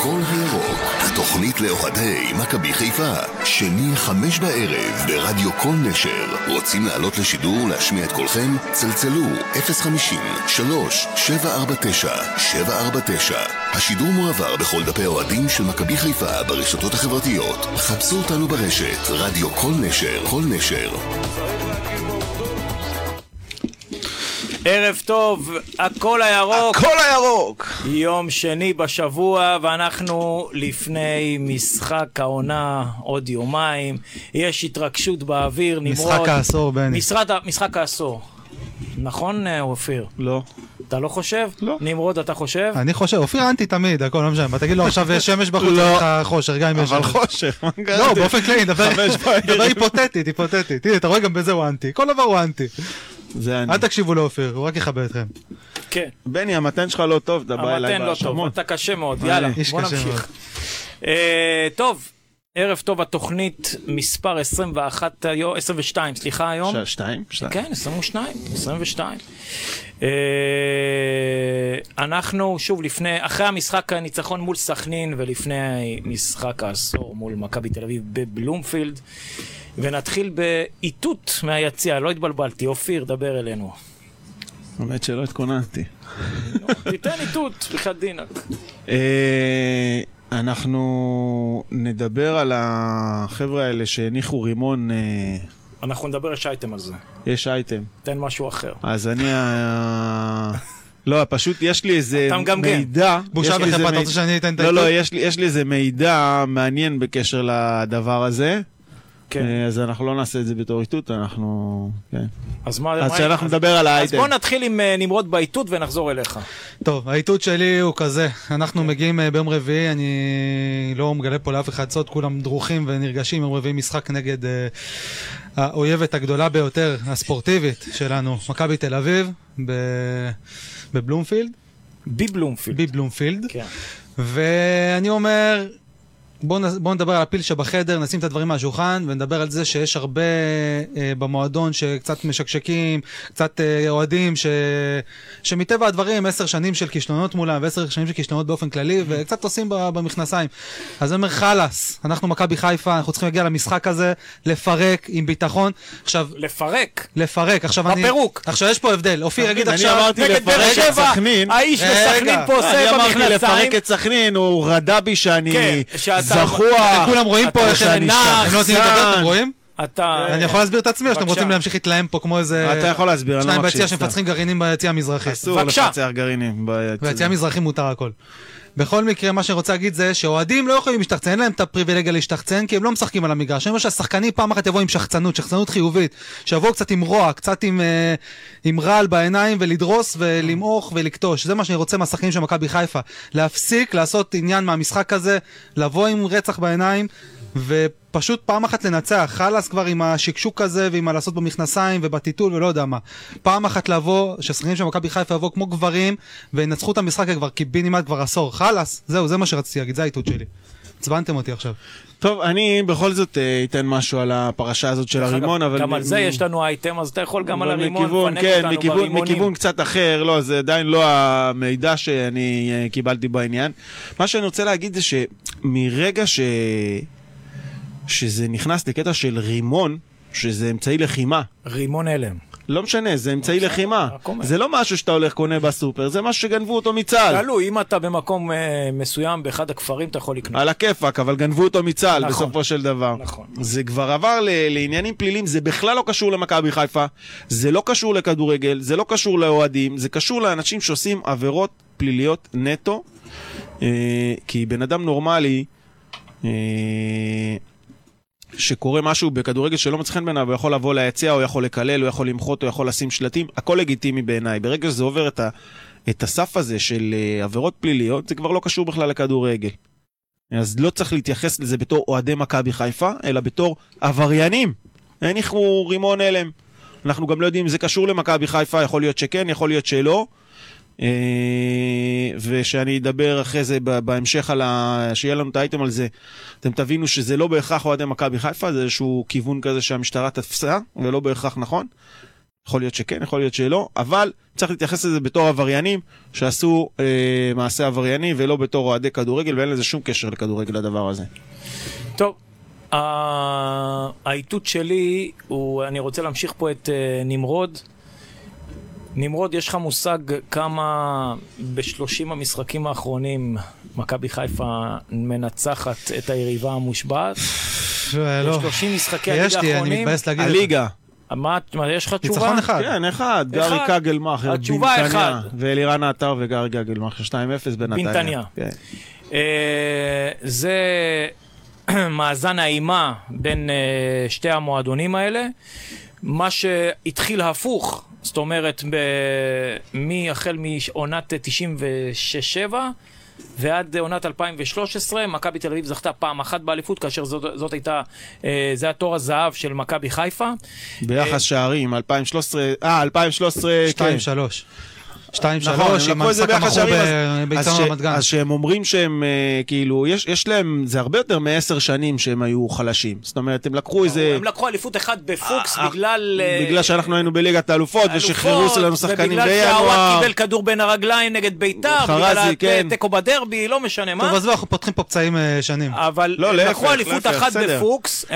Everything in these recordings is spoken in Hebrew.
הכל הירוק, התוכנית לאוהדי מכבי חיפה, שני 5 בערב ברדיו כל נשר. רוצים לעלות לשידור, להשמיע את קולכם? צלצלו 050-3749-749. השידור מועבר בכל דפי האוהדים של מכבי חיפה ברשתות החברתיות. חפשו אותנו ברשת רדיו כל נשר, כל נשר. ערב טוב, הכל הירוק. הכל הירוק. יום שני בשבוע, ואנחנו לפני משחק העונה עוד יומיים. יש התרגשות באוויר, נמרוד. משחק העשור, בני. משחק העשור. נכון, אופיר? לא. אתה לא חושב? לא. נמרוד, אתה חושב? אני חושב, אופיר אנטי תמיד, הכל לא משנה. תגיד לו עכשיו יש שמש בחוץ, לא. לך חושר, גם אם יש אבל שמש. חושך, מה קראתי? לא, באופן כללי, דבר היפותטית. תראה, אתה רואה גם בזה הוא אנטי. כל דבר הוא אנטי. זה אני. אל תקשיבו לאופיר, הוא רק יכבה אתכם. כן. בני, המתן שלך לא טוב, אתה בא אליי המתן לא טוב, אתה קשה מאוד. יאללה, בוא נמשיך. טוב, ערב טוב, התוכנית מספר 22, סליחה היום. 2? כן, 22. אנחנו שוב אחרי המשחק הניצחון מול סכנין ולפני משחק העשור מול מכבי תל אביב בבלומפילד, ונתחיל באיתות מהיציאה. לא התבלבלתי, אופיר, דבר אלינו. האמת שלא התכוננתי. תיתן איתות, בכלל דינק. אנחנו נדבר על החבר'ה האלה שהניחו רימון. אנחנו נדבר, יש אייטם על זה. יש אייטם. תן משהו אחר. אז אני... לא, פשוט יש לי איזה מידע. בושה וחרפה, אתה רוצה שאני אתן את האיתות? לא, יש לי איזה מידע מעניין בקשר לדבר הזה. אז אנחנו לא נעשה את זה בתור איתות, אנחנו... אז שאנחנו נדבר על האייטם. אז בוא נתחיל עם נמרוד באיתות ונחזור אליך. טוב, האיתות שלי הוא כזה, אנחנו מגיעים ביום רביעי, אני לא מגלה פה לאף אחד סוד, כולם דרוכים ונרגשים, יום רביעי משחק נגד האויבת הגדולה ביותר, הספורטיבית שלנו, מכבי תל אביב, בבלומפילד. בבלומפילד. כן. ואני אומר... בואו נדבר על הפיל שבחדר, נשים את הדברים מהשולחן, ונדבר על זה שיש הרבה במועדון שקצת משקשקים, קצת אוהדים, שמטבע הדברים 10 שנים של כישלונות מולם, ו10 שנים של כישלונות באופן כללי, וקצת עושים במכנסיים. אז אני אומר, חלס, אנחנו מכבי חיפה, אנחנו צריכים להגיע למשחק הזה, לפרק עם ביטחון. עכשיו... לפרק. בפירוק. עכשיו יש פה הבדל. אופיר, יגיד עכשיו... אני אמרתי לפרק את סכנין. האיש בסכנין פה עושה במכנסיים. אני אמרתי לפרק את סכנין, הוא רדה בי שאני... זכוח. כולם רואים פה איך אני נח, הם לא עושים לדבר, אתם רואים? אני יכול להסביר את עצמי, או שאתם רוצים להמשיך להתלהם פה כמו איזה... אתה יכול להסביר, אני לא מקשיב. ביציאה שמפצחים גרעינים ביציאה המזרחי. אסור לפצח גרעינים ביציאה המזרחי מותר הכל. בכל מקרה, מה שאני רוצה להגיד זה שאוהדים לא יכולים להשתחצן, אין להם את הפריבילגיה להשתחצן, כי הם לא משחקים על המגרש. אני אומר שהשחקנים פעם אחת יבואו עם שחצנות חיובית, שיבואו קצת עם רוע, קצת עם רעל בעיניים, ולדרוס ולמעוך ולקטוש. זה מה שאני רוצה מהשחקנים של מכבי חיפה. להפסיק, לעשות עניין מהמשחק הזה, לבוא עם רצח בעיניים, ופשוט פעם אחת לנצח, חלס כבר עם השקשוק הזה, ועם לעשות במכנסיים ובטיטול ולא יודע מה. פעם אחת לבוא, ששחקנים של מכבי חיפה יבואו כמו גברים, וינצחו את המשחק כבר קיבינימט כבר עשור. חלס, זהו, זה מה שרציתי להגיד, זה האיתות שלי. צבנתם אותי עכשיו. טוב, אני בכל זאת אתן משהו על הפרשה הזאת של הרימון, אבל... גם על זה יש לנו אייטם, אז אתה יכול גם על הרימון, כן, מכיוון קצת אחר, לא, זה עדיין לא המידע שאני קיבלתי בעניין. מה שאני רוצה להגיד זה שמרגע שזה נכנס לקטע של רימון, שזה אמצעי לחימה. רימון אלם. לא משנה, זה אמצעי לחימה. זה לא משהו שאתה הולך קונה בסופר, זה משהו שגנבו אותו מצה"ל. שאלו, אם אתה במקום מסוים באחד הכפרים, אתה יכול לקנות. על הכיפק, אבל גנבו אותו מצה"ל בסופו של דבר. נכון. זה כבר עבר לעניינים פליליים, זה בכלל לא קשור למכבי חיפה, זה לא קשור לכדורגל, זה לא קשור לאוהדים, זה קשור לאנשים שעושים עבירות פליליות נטו, כי בן אדם נורמלי, שקורה משהו בכדורגל שלא מצחן ביניו, הוא יכול לבוא ליציאה, הוא יכול לקלל, הוא יכול למחות, הוא יכול לשים שלטים, הכל לגיטימי בעיניי. ברגע שזה עובר את הסף הזה של עבירות פליליות, זה כבר לא קשור בכלל לכדורגל. אז לא צריך להתייחס לזה בתור אוהדי מכבי חיפה, אלא בתור עבריינים. הניחו רימון אלם. אנחנו גם לא יודעים אם זה קשור למכבי חיפה, יכול להיות שכן, יכול להיות שלא. ושאני אדבר אחרי זה בהמשך שיהיה לנו את האייטם על זה, אתם תבינו שזה לא בהכרח אוהדי מכבי חיפה, זה איזשהו כיוון כזה שהמשטרה תפסה ולא בהכרח נכון. יכול להיות שכן, יכול להיות שלא, אבל צריך להתייחס לזה בתור עבריינים שעשו מעשה עברייני, ולא בתור אוהדי כדורגל, ואין לזה שום קשר לכדורגל לדבר הזה. טוב, האיתות שלי, אני רוצה להמשיך פה את נמרוד. נמרוד, יש לך מושג כמה ב-30 המשחקים האחרונים מכבי חיפה מנצחת את היריבה המושבעת? לא. ב-30 משחקי הליגה יש לי, אני האחרונים. מתבאס להגיד הליגה. מה, יש לך תשובה? ניצחון אחד. כן, אחד. גרי קגלמאכר, התשובה אחד. ואלירן עטר וגרי קגלמאכר, 2-0 בנתניה. בנתניה. כן. זה מאזן האימה בין שתי המועדונים האלה. מה שהתחיל הפוך, זאת אומרת, החל מעונת 96-7 ועד עונת 2013, מכבי תל אביב זכתה פעם אחת באליפות, כאשר זאת הייתה, זה היה תור הזהב של מכבי חיפה. ביחס שערים, 2013, 2-3. 2-3, עם המשחק המכור ביצענו רמת גן. אז שהם אומרים שהם, כאילו, יש להם, זה הרבה יותר מ10 שנים שהם היו חלשים. זאת אומרת, הם לקחו איזה... הם לקחו אליפות אחד בפוקס בגלל שאנחנו היינו בליגת האלופות, ושחררו לנו שחקנים בינואר. ובגלל שהוואט קיבל כדור בין הרגליים נגד ביתר, בגלל התיקו בדרבי, לא משנה מה. טוב, אז אנחנו פותחים פה פצעים שנים. אבל הם לקחו אליפות אחת בפוקס,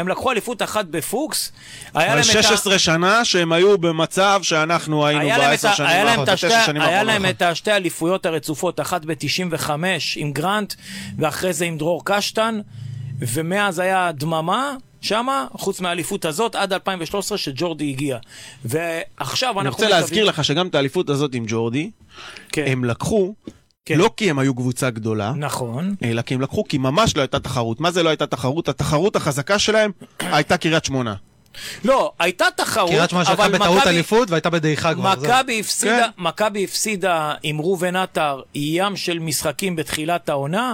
אבל 16 שנה שהם היו במצב שאנחנו היינו ב10 שנים האחרונות, 9 שנים היה להם את השתי אליפויות הרצופות, אחת ב-95 עם גרנט, ואחרי זה עם דרור קשטן, ומאז היה דממה שמה, חוץ מהאליפות הזאת, עד 2013 שג'ורדי הגיע. ועכשיו אנחנו... אני רוצה להזכיר לך שגם את האליפות הזאת עם ג'ורדי, הם לקחו, לא כי הם היו קבוצה גדולה, נכון. אלא כי הם לקחו, כי ממש לא הייתה תחרות. מה זה לא הייתה תחרות? התחרות החזקה שלהם הייתה קריית שמונה. לא, הייתה תחרות, קריית שמונה שהייתה בטעות אליפות והייתה בדעיכה כבר. מכבי הפסידה עם ראובן עטר ים של משחקים בתחילת העונה,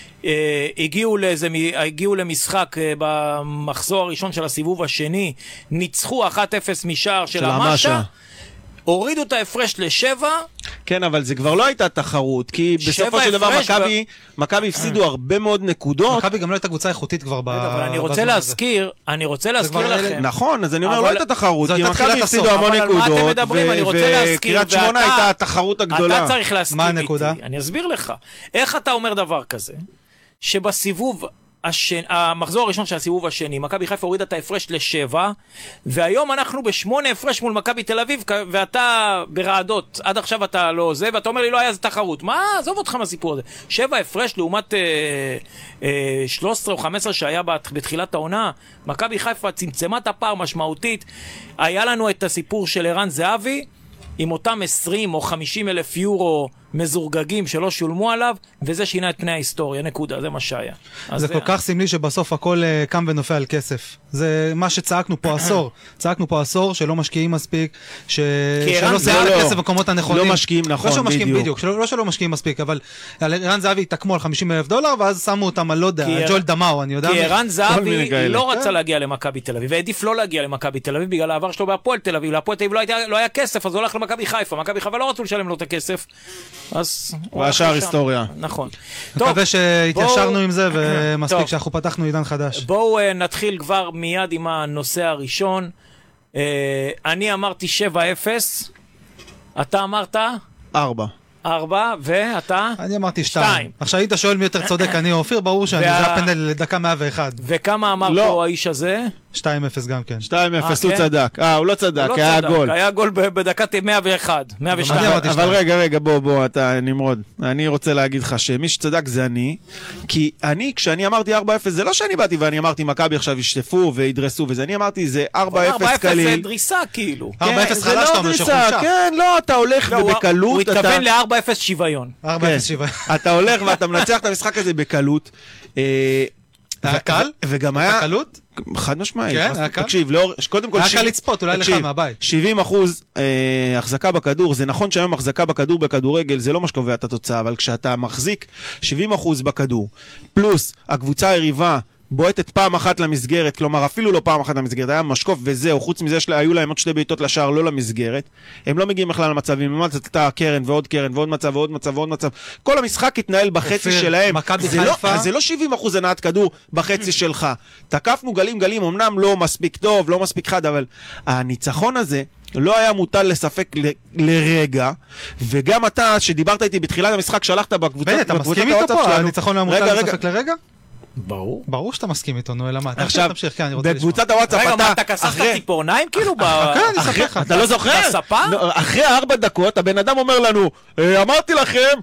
הגיעו למשחק במחזור הראשון של הסיבוב השני, ניצחו 1-0 משער של המשה, הורידו את ההפרש ל7. כן, אבל זה כבר לא הייתה תחרות, כי בסופו של דבר מכבי הפסידו הרבה מאוד נקודות. מכבי גם לא הייתה קבוצה איכותית כבר אבל אני רוצה להזכיר לכם. נכון, אז אני אומר, לא הייתה תחרות, כי מכבי הפסידו המון נקודות, וקריית שמונה הייתה התחרות הגדולה. אתה צריך להסכים איתי. מה הנקודה? אני אסביר לך. איך אתה אומר דבר כזה? שבסיבוב המחזור הראשון של הסיבוב השני, מכבי חיפה הורידה את ההפרש ל7, והיום אנחנו ב8 הפרש מול מכבי תל אביב, ואתה ברעדות, עד עכשיו אתה לא זה, ואתה אומר לי לא היה זה תחרות. מה? עזוב אותך מהסיפור הזה. 7 הפרש לעומת 13 או 15 שהיה בתחילת העונה, מכבי חיפה צמצמה את הפער משמעותית. היה לנו את הסיפור של ערן זהבי, עם אותם 20 או 50 אלף יורו מזורגגים שלא שולמו עליו, וזה שינה את פני ההיסטוריה, נקודה, זה מה שהיה. זה כל כך סמלי שבסוף הכל קם ונופל על כסף. זה מה שצעקנו פה עשור. צעקנו פה עשור שלא משקיעים מספיק, שלא שמים את הכסף במקומות הנכונים. לא משקיעים, נכון, בדיוק. לא שלא משקיעים מספיק, אבל ערן זהבי התקמו על $50,000, ואז שמו אותם על לא יודע, ג'ואל דמאו, אני יודע. כי ערן זהבי לא רצה להגיע למכבי תל אביב, והעדיף לא להגיע למכבי תל אביב, בגלל העבר שלו בהפועל תל אביב. להפועל תל אביב לא היה כסף, אז הוא הלך למכבי חיפה. מכבי חיפה לא רצו לשלם לו את הכסף. אז והשאר היסטוריה. נכון. מקווה שהתיישרנו עם זה, ומספיק שאנחנו פתחנו עידן חדש. בואו נתחיל כבר מיד עם הנושא הראשון. אני אמרתי 7-0, אתה אמרת? 4, ואתה? אני אמרתי 2. עכשיו היית שואל מי יותר צודק, אני או אופיר, ברור שאני, זה הפנדל לדקה 101. וכמה אמר פה האיש הזה? 2-0 גם כן. 2-0, הוא צדק. הוא לא צדק, היה גול. היה גול בדקת 101, 102. אבל רגע, בוא, אתה נמרוד. אני רוצה להגיד לך שמי שצדק זה אני, כי אני, כשאני אמרתי 4-0, זה לא שאני באתי ואני אמרתי מכבי עכשיו ישטפו וידרסו וזה, אני אמרתי זה 4-0 קליל. 4-0 זה דריסה כאילו. 4-0 חלש אתה אומר שחולשה. כן, לא, אתה הולך ובקלות. הוא התכוון ל-4-0 שוויון. 4-0 שוויון. אתה הולך ואתה מנצח את המשחק הזה בקלות. היה קל? וגם היה... בקלות? חד משמעית. כן, היה קל? תקשיב, קודם כל... היה קל לצפות, אולי לך מהבית. 70% החזקה בכדור, זה נכון שהיום החזקה בכדור בכדורגל, זה לא מה שקובע את התוצאה, אבל כשאתה מחזיק 70% בכדור, פלוס הקבוצה היריבה בועטת פעם אחת למסגרת, כלומר אפילו לא פעם אחת למסגרת, היה משקוף וזהו, חוץ מזה היו להם עוד 2 בעיטות לשער, לא למסגרת, הם לא מגיעים בכלל למצבים, הם מצאתה קרן ועוד מצב ועוד מצב ועוד מצב, כל המשחק התנהל בחצי שלהם, זה לא 70% הנעת כדור בחצי שלך, תקפנו גלים, אמנם לא מספיק טוב, לא מספיק חד, אבל הניצחון הזה לא היה מוטל לספק לרגע, וגם אתה, שדיברת איתי בתחילת המשחק, שלחת בקבוצת הוואטסאפ שלנו. אתה מסכים איתו פה? הניצחון לא היה מוטל לספק לרגע? ברור שאתה מסכים איתו, נו, אלמה. עכשיו, בקבוצת הוואטסאפ רגע, מה, אתה כסחת ציפורניים כאילו? כן, אני אספר לך. אתה לא זוכר? בספה? אחרי 4 דקות, הבן אדם אומר לנו, אמרתי לכם,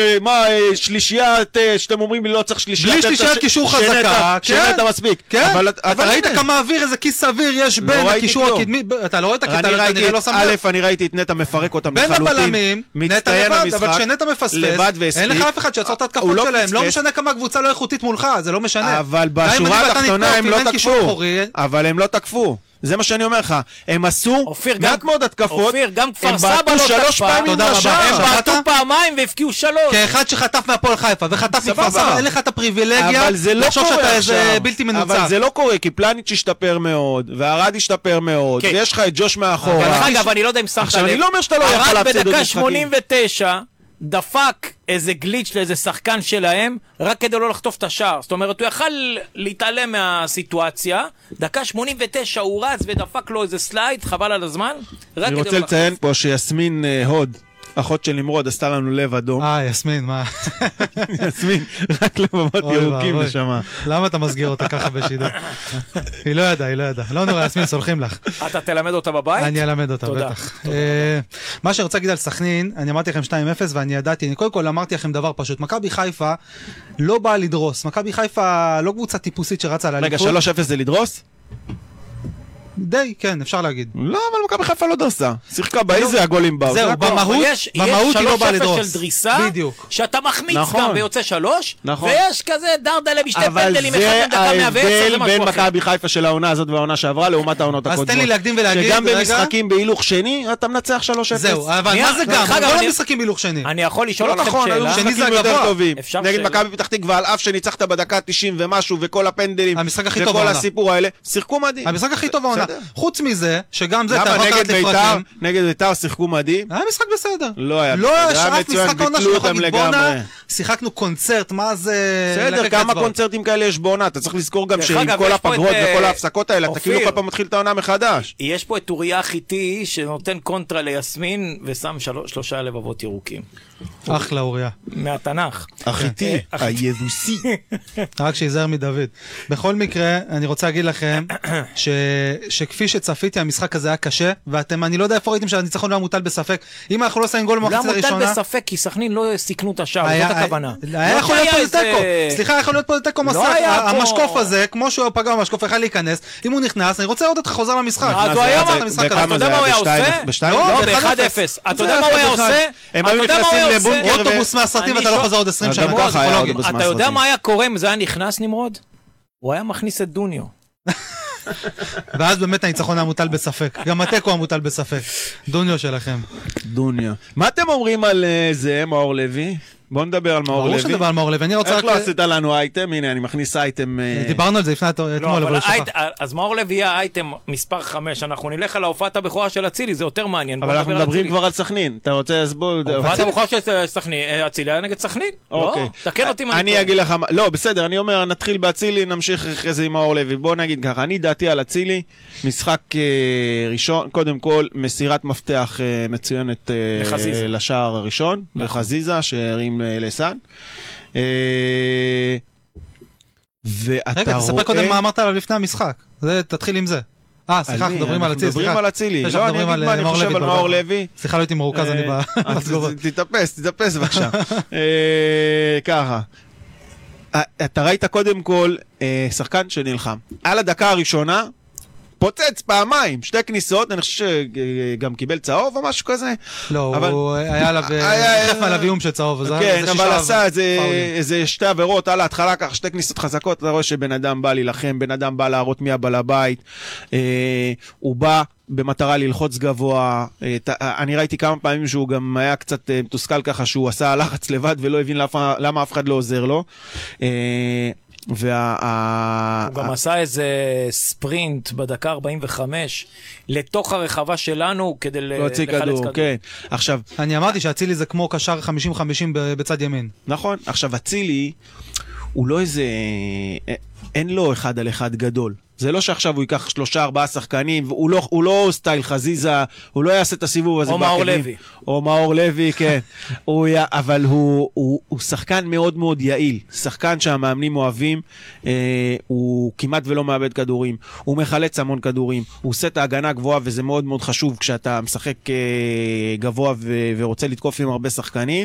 שלישייה, שאתם אומרים לי לא צריך שלישייה. בלי שלישיית קישור חזקה, שנתה מספיק. כן, אבל ראית כמה אוויר, איזה כיס אוויר יש בין הקישור הקדמי, אתה לא רואה את הקטע, לא שם לב. אני ראיתי את נטע מפרק אותם בין הבלמים, נטע לבד, אבל כשנטע לבד מפספס, אין לך אף אחד שיעצור את ההתקפות שלהם, לא משנה כמה קבוצה לא איכותית מולך, זה לא משנה. אבל בשורה התחתונה הם לא תקפו. אבל הם לא תקפו. זה מה שאני אומר לך. הם עשו מעט מאוד התקפות. אופיר, גם כפר סבא לא תקפה. 3 פעמים לשער. הם בעטו פעמיים והפקיעו 3. כאחד שחטף מהפועל חיפה וחטף מכפר סבא, אין לך את הפריבילגיה לחשוב שאתה איזה בלתי מנוצח. אבל זה לא קורה, כי פלניץ' השתפר מאוד, והרד השתפר מאוד, ויש לך את ג'וש מאחורה. אגב, אני לא יודע אם שמת לב. עכשיו, אני לא אומר שאתה לא יכול להפסיד עוד בדקה משחקים. 89 דפק איזה גליץ' לאיזה שחקן שלהם, רק כדי לא לחטוף את השער. זאת אומרת, הוא יכל להתעלם מהסיטואציה, דקה 89 הוא רץ ודפק לו איזה סלייד, חבל על הזמן. אני רוצה לציין פה שיסמין הוד, אחות של נמרוד, עשתה לנו לב אדום. יסמין, מה? יסמין, רק לבבות ירוקים לשמה. למה אתה מסגיר אותה ככה בשידור? היא לא ידעה. לא נורא, יסמין, סולחים לך. אתה תלמד אותה בבית? אני אלמד אותה, בטח. מה שאני רוצה להגיד על סכנין, אני אמרתי לכם 2-0 ואני ידעתי, אני קודם כל אמרתי לכם דבר פשוט, מכבי חיפה לא באה לדרוס, מכבי חיפה לא קבוצה טיפוסית שרצה לאליפות. רגע, 3-0 זה לדרוס? די, כן, אפשר להגיד. לא, אבל מכבי חיפה לא דרסה. שיחקה באיזה הגולים באו. זהו, במהות היא לא באה לדרוס. יש 3-0 של דריסה, שאתה מחמיץ גם ויוצא 3, נכון. ויש כזה דרדלה בשתי פנדלים, אחד מדקה 110, זה משהו אבל זה אחר. בין מכבי חיפה של העונה הזאת והעונה שעברה, לעומת העונות הקודמות. אז תן לי להקדים ולהגיד, שגם במשחקים בהילוך שני, אתה מנצח 3-0. זהו, אבל מה זה גם? כל המשחקים בהילוך שני. אני יכול לשאול אתכם שאלה. שני זה הגבוה. נגד מכבי פתח תקווה, על אף שניצחת בדקה 90 ומשהו, וכל הפנדלים, וכל הסיפור האלה, שיחקו מדהים. המשחק הכי טוב העונה. חוץ מזה, שגם זה למה נגד בית"ר שיחקו מדהים? היה משחק בסדר. לא היה אף משחק העונה שלא יכול להגיד בונה, שיחקנו קונצרט, מה זה... בסדר, כמה קונצרטים כאלה יש בעונה, אתה צריך לזכור גם שעם כל הפגרות וכל ההפסקות האלה, אתה כאילו כל פעם מתחיל את העונה מחדש. יש פה את אוריה חיטי שנותן קונטרה ליסמין ושם 3 לבבות ירוקים. אחלה אוריה. מהתנ"ך. החיטי, היבוסי. רק שיזהר מדוד. בכל מקרה, אני רוצה להגיד לכם שכפי שצפיתי, המשחק הזה היה קשה, אני לא יודע איפה ראיתם שהניצחון לא היה מוטל בספק. אם אנחנו לא שמים גול במחצית הראשונה... לא מוטל בספק, כי סכנין לא סיכנו את השער, זאת הכוונה. היה יכול להיות פה לתיקו. סליחה, היה יכול להיות פה לתיקו מסך. המשקוף הזה, כמו שהוא פגע במשקוף, יכול להיכנס. אם הוא נכנס, אני רוצה עוד אותך חוזר למשחק. אתה יודע מה הוא היה עושה? לא, ב-1-0. אתה יודע מה הוא היה עושה? הם היו נכנסים לבונקר אוטובוס מהסרטים ואתה לא חוזר עוד 20 שנה. אתה יודע מה היה קורה אם זה היה נכנס נמרוד? הוא היה מכניס את דוניו. ואז באמת הניצחון היה מוטל בספק. גם התיקו היה מוטל בספק. דוניו שלכם. דוניו. מה אתם אומרים על זה, מאור לוי? בוא נדבר על מאור לוי. ברור שנדבר על מאור לוי. איך לא עשית לנו אייטם? הנה, אני מכניס אייטם... דיברנו על זה לפני אתמול, אבל שכח. אז מאור לוי יהיה אייטם מספר 5. אנחנו נלך על ההופעת הבכורה של אצילי, זה יותר מעניין. אבל אנחנו מדברים כבר על סכנין. אתה רוצה לסבול... הופעת הבכורה של סכנין, אצילי היה נגד סכנין? לא, תקן אותי מה אני אגיד לך... לא, בסדר, אני אומר, נתחיל באצילי, נמשיך אחרי זה עם מאור לוי. בוא נגיד ככה, אני דעתי על אצילי, משחק ראשון, קודם כל, מסירת מפתח מצוינת לשער הראשון, לחזיזה, שהרים לסן. רגע, תספר קודם מה אמרת עליו לפני המשחק. תתחיל עם זה. סליחה, מדברים על אצילי. מדברים על אצילי. לא, אני אגיד מה אני חושב על מאור לוי. סליחה, לא הייתי מרוכז, אני בתגובות. תתאפס בבקשה. ככה. אתה ראית קודם כל שחקן שנלחם. על הדקה הראשונה, פוצץ פעמיים, 2 כניסות, אני חושב שגם קיבל צהוב או משהו כזה. לא, הוא היה עליו, חף עליו איום של צהוב. כן, אבל עשה איזה 2 עבירות, על ההתחלה ככה, 2 כניסות חזקות, אתה רואה שבן אדם בא להילחם, בן אדם בא להראות מי הבעל הבית, הוא בא במטרה ללחוץ גבוה, אני ראיתי כמה פעמים שהוא גם היה קצת מתוסכל ככה, שהוא עשה לחץ לבד ולא הבין למה אף אחד לא עוזר לו. הוא גם עשה איזה ספרינט בדקה 45 לתוך הרחבה שלנו כדי להוציא כדור, כן. עכשיו, אני אמרתי שהצילי זה כמו קשר 50-50 בצד ימין. נכון, עכשיו הצילי הוא לא איזה, אין לו אחד על אחד גדול. זה לא שעכשיו הוא ייקח 3-4 שחקנים, הוא לא סטייל חזיזה, הוא לא יעשה את הסיבוב הזה. או מאור לוי. או מאור לוי, כן. אבל הוא שחקן מאוד מאוד יעיל. שחקן שהמאמנים אוהבים, הוא כמעט ולא מאבד כדורים, הוא מחלץ המון כדורים, הוא עושה את ההגנה גבוהה, וזה מאוד מאוד חשוב כשאתה משחק גבוה ורוצה לתקוף עם הרבה שחקנים.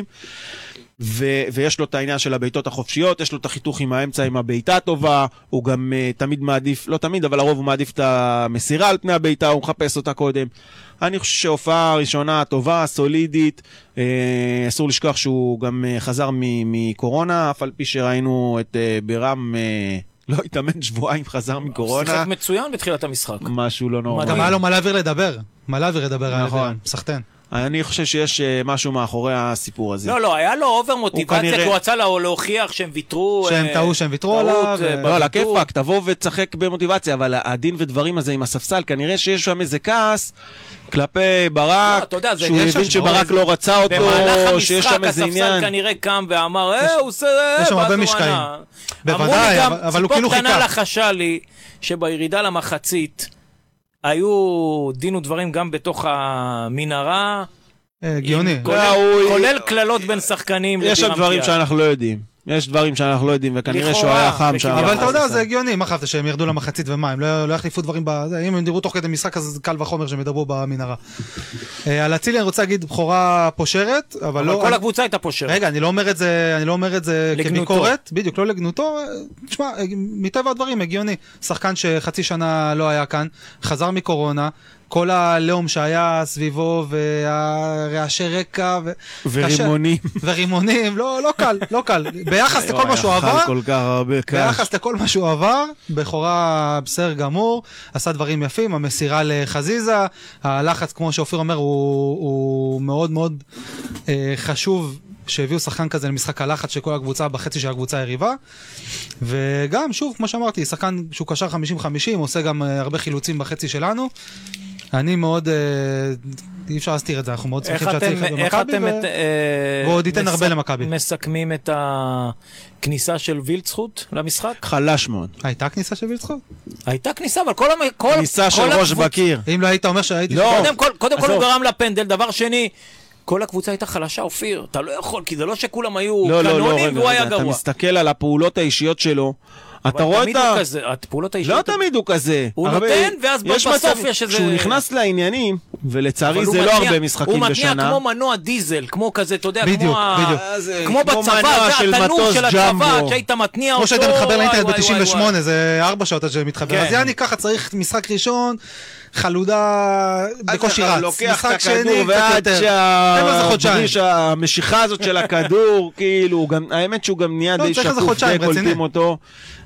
ויש לו את העניין של הביתות החופשיות, יש לו את החיתוך עם האמצע עם הביתה הטובה, הוא גם תמיד מעדיף, לא תמיד, אבל הרוב הוא מעדיף את המסירה על פני הביתה, הוא מחפש אותה קודם. אני חושב שהופעה ראשונה טובה, סולידית, אסור לשכוח שהוא גם חזר מקורונה, אף על פי שראינו את ברם לא התאמן שבועיים, חזר מקורונה. שיחק מצוין בתחילת המשחק. משהו לא נורא. גם היה לו מה להעביר לדבר, נכון. סחטן. אני חושב שיש משהו מאחורי הסיפור הזה. לא, היה לו אובר מוטיבציה, כי הוא רצה להוכיח שהם ויתרו. שהם ויתרו עליו. לא, לכיפק, תבוא ותשחק במוטיבציה, אבל הדין ודברים הזה עם הספסל, כנראה שיש שם איזה כעס כלפי ברק, שהוא הבין שברק לא רצה אותו, שיש שם איזה עניין. הספסל כנראה קם ואמר, הוא עושה... יש שם הרבה משקעים. בוודאי, אבל הוא כאילו חיכה. ציפור קטנה לחשה לי, שבירידה למחצית, היו דין ודברים גם בתוך המנהרה. הגיוני. כולל כללות בין שחקנים. יש שם דברים שאנחנו לא יודעים. יש דברים שאנחנו לא יודעים, וכנראה שהוא היה חם שם. אבל אתה יודע, זה הגיוני. מה חשבת שהם ירדו למחצית ומה? הם לא יחליפו דברים אם הם דיברו תוך כדי משחק, אז קל וחומר שהם ידברו במנהרה. על אצילי אני רוצה להגיד בחורה פושרת, אבל כל הקבוצה הייתה פושרת. רגע, אני לא אומר את זה כביקורת. בדיוק, לא לגנותו. תשמע, מטבע הדברים, הגיוני. שחקן שחצי שנה לא היה כאן, חזר מקורונה, כל הלאום שהיה סביבו, והרעשי רקע, ורימונים, לא קל. ביחס לכל מה שהוא עבר, ביחס לכל מה שהוא עבר, בחורה בסדר גמור, עשה דברים יפים, המסירה לחזיזה, הלחץ, כמו שאופיר אומר, הוא מאוד מאוד חשוב, שהביאו שחקן כזה למשחק הלחץ של כל הקבוצה, בחצי של הקבוצה היריבה, וגם, שוב, כמו שאמרתי, שחקן שהוא קשר 50-50, עושה גם הרבה חילוצים בחצי שלנו, אני מאוד, אי אפשר להסתיר את זה, אנחנו מאוד שמחים שהצליח במכבי, ועוד ייתן הרבה למכבי. מסכמים את הכניסה של וילצחוט למשחק? חלש מאוד. הייתה כניסה של וילצחוט? הייתה כניסה, אבל כל כניסה של ראש בקיר. אם לא היית אומר שהייתי... קודם כל הוא גרם לפנדל, דבר שני, כל הקבוצה הייתה חלשה, אופיר, אתה לא יכול, כי זה לא שכולם היו קנונים והוא היה גרוע. אתה מסתכל על הפעולות האישיות שלו, אתה רואה את הפעולות האישיות... לא תמיד הוא כזה. הוא נותן, ואז בסוף יש איזה... כשהוא נכנס לעניינים, ולצערי זה לא הרבה משחקים בשנה. הוא מתניע כמו מנוע דיזל, כמו כזה, אתה יודע, כמו בצבא, זה התנור של הצבא, שהיית מתניע אותו... כמו שהיית מתחבר לאינטרנט ב-98, זה 4 שעות שמתחבר. אז יעני ככה צריך משחק ראשון, חלודה בקושי רץ. לוקח את הכדור ועד שהמשיכה הזאת של הכדור, כאילו, האמת שהוא גם נהיה די שקוף, די קולטים אותו.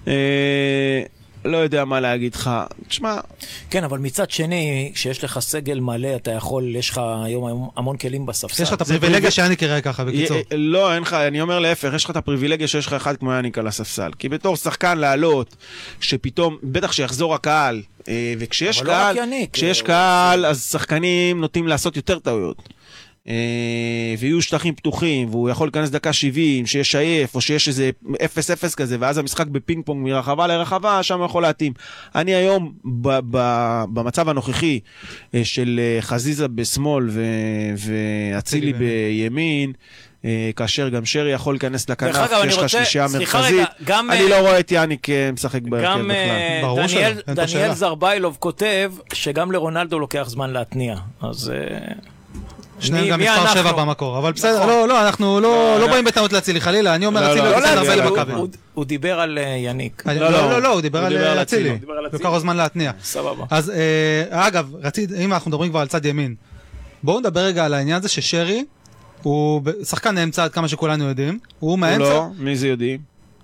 לא יודע מה להגיד לך. תשמע. כן, אבל מצד שני, שיש לך סגל מלא, אתה יכול, יש לך היום המון כלים בספסל. יש לך את הפריבילגיה שאני קראה ככה, בקיצור. לא, אין לך, אני אומר להפך, יש לך את הפריבילגיה שיש לך אחד כמו יניק על הספסל. כי בתור שחקן לעלות, שפתאום, בטח שיחזור הקהל, וכשיש קהל, אז שחקנים נוטים לעשות יותר טעויות. ויהיו שטחים פתוחים, והוא יכול להיכנס דקה 70, שיש עייף, או שיש איזה 0-0 כזה, ואז המשחק בפינג פונג מרחבה לרחבה, שם הוא יכול להתאים. אני היום, במצב הנוכחי של חזיזה בשמאל, ואצילי בימין, כאשר גם שרי יכול להיכנס לכנף, יש לך שלישייה מרכזית, אני לא רואה את יניק משחק בהרכב בכלל. גם דניאל זרביילוב כותב, שגם לרונלדו לוקח זמן להתניע, אז... שניהם גם מספר 7 במקור, אבל בסדר, לא, אנחנו לא באים בטעות להצילי חלילה, אני אומר אצילי יוצא הרבה למכבי. הוא דיבר על יניק. לא, הוא דיבר על אצילי, לוקח זמן להתניע. סבבה. אז אגב, אם אנחנו מדברים כבר על צד ימין, בואו נדבר רגע על העניין הזה ששרי, הוא שחקן האמצע עד כמה שכולנו יודעים, הוא מהאמצע. לא, מי זה יודעים?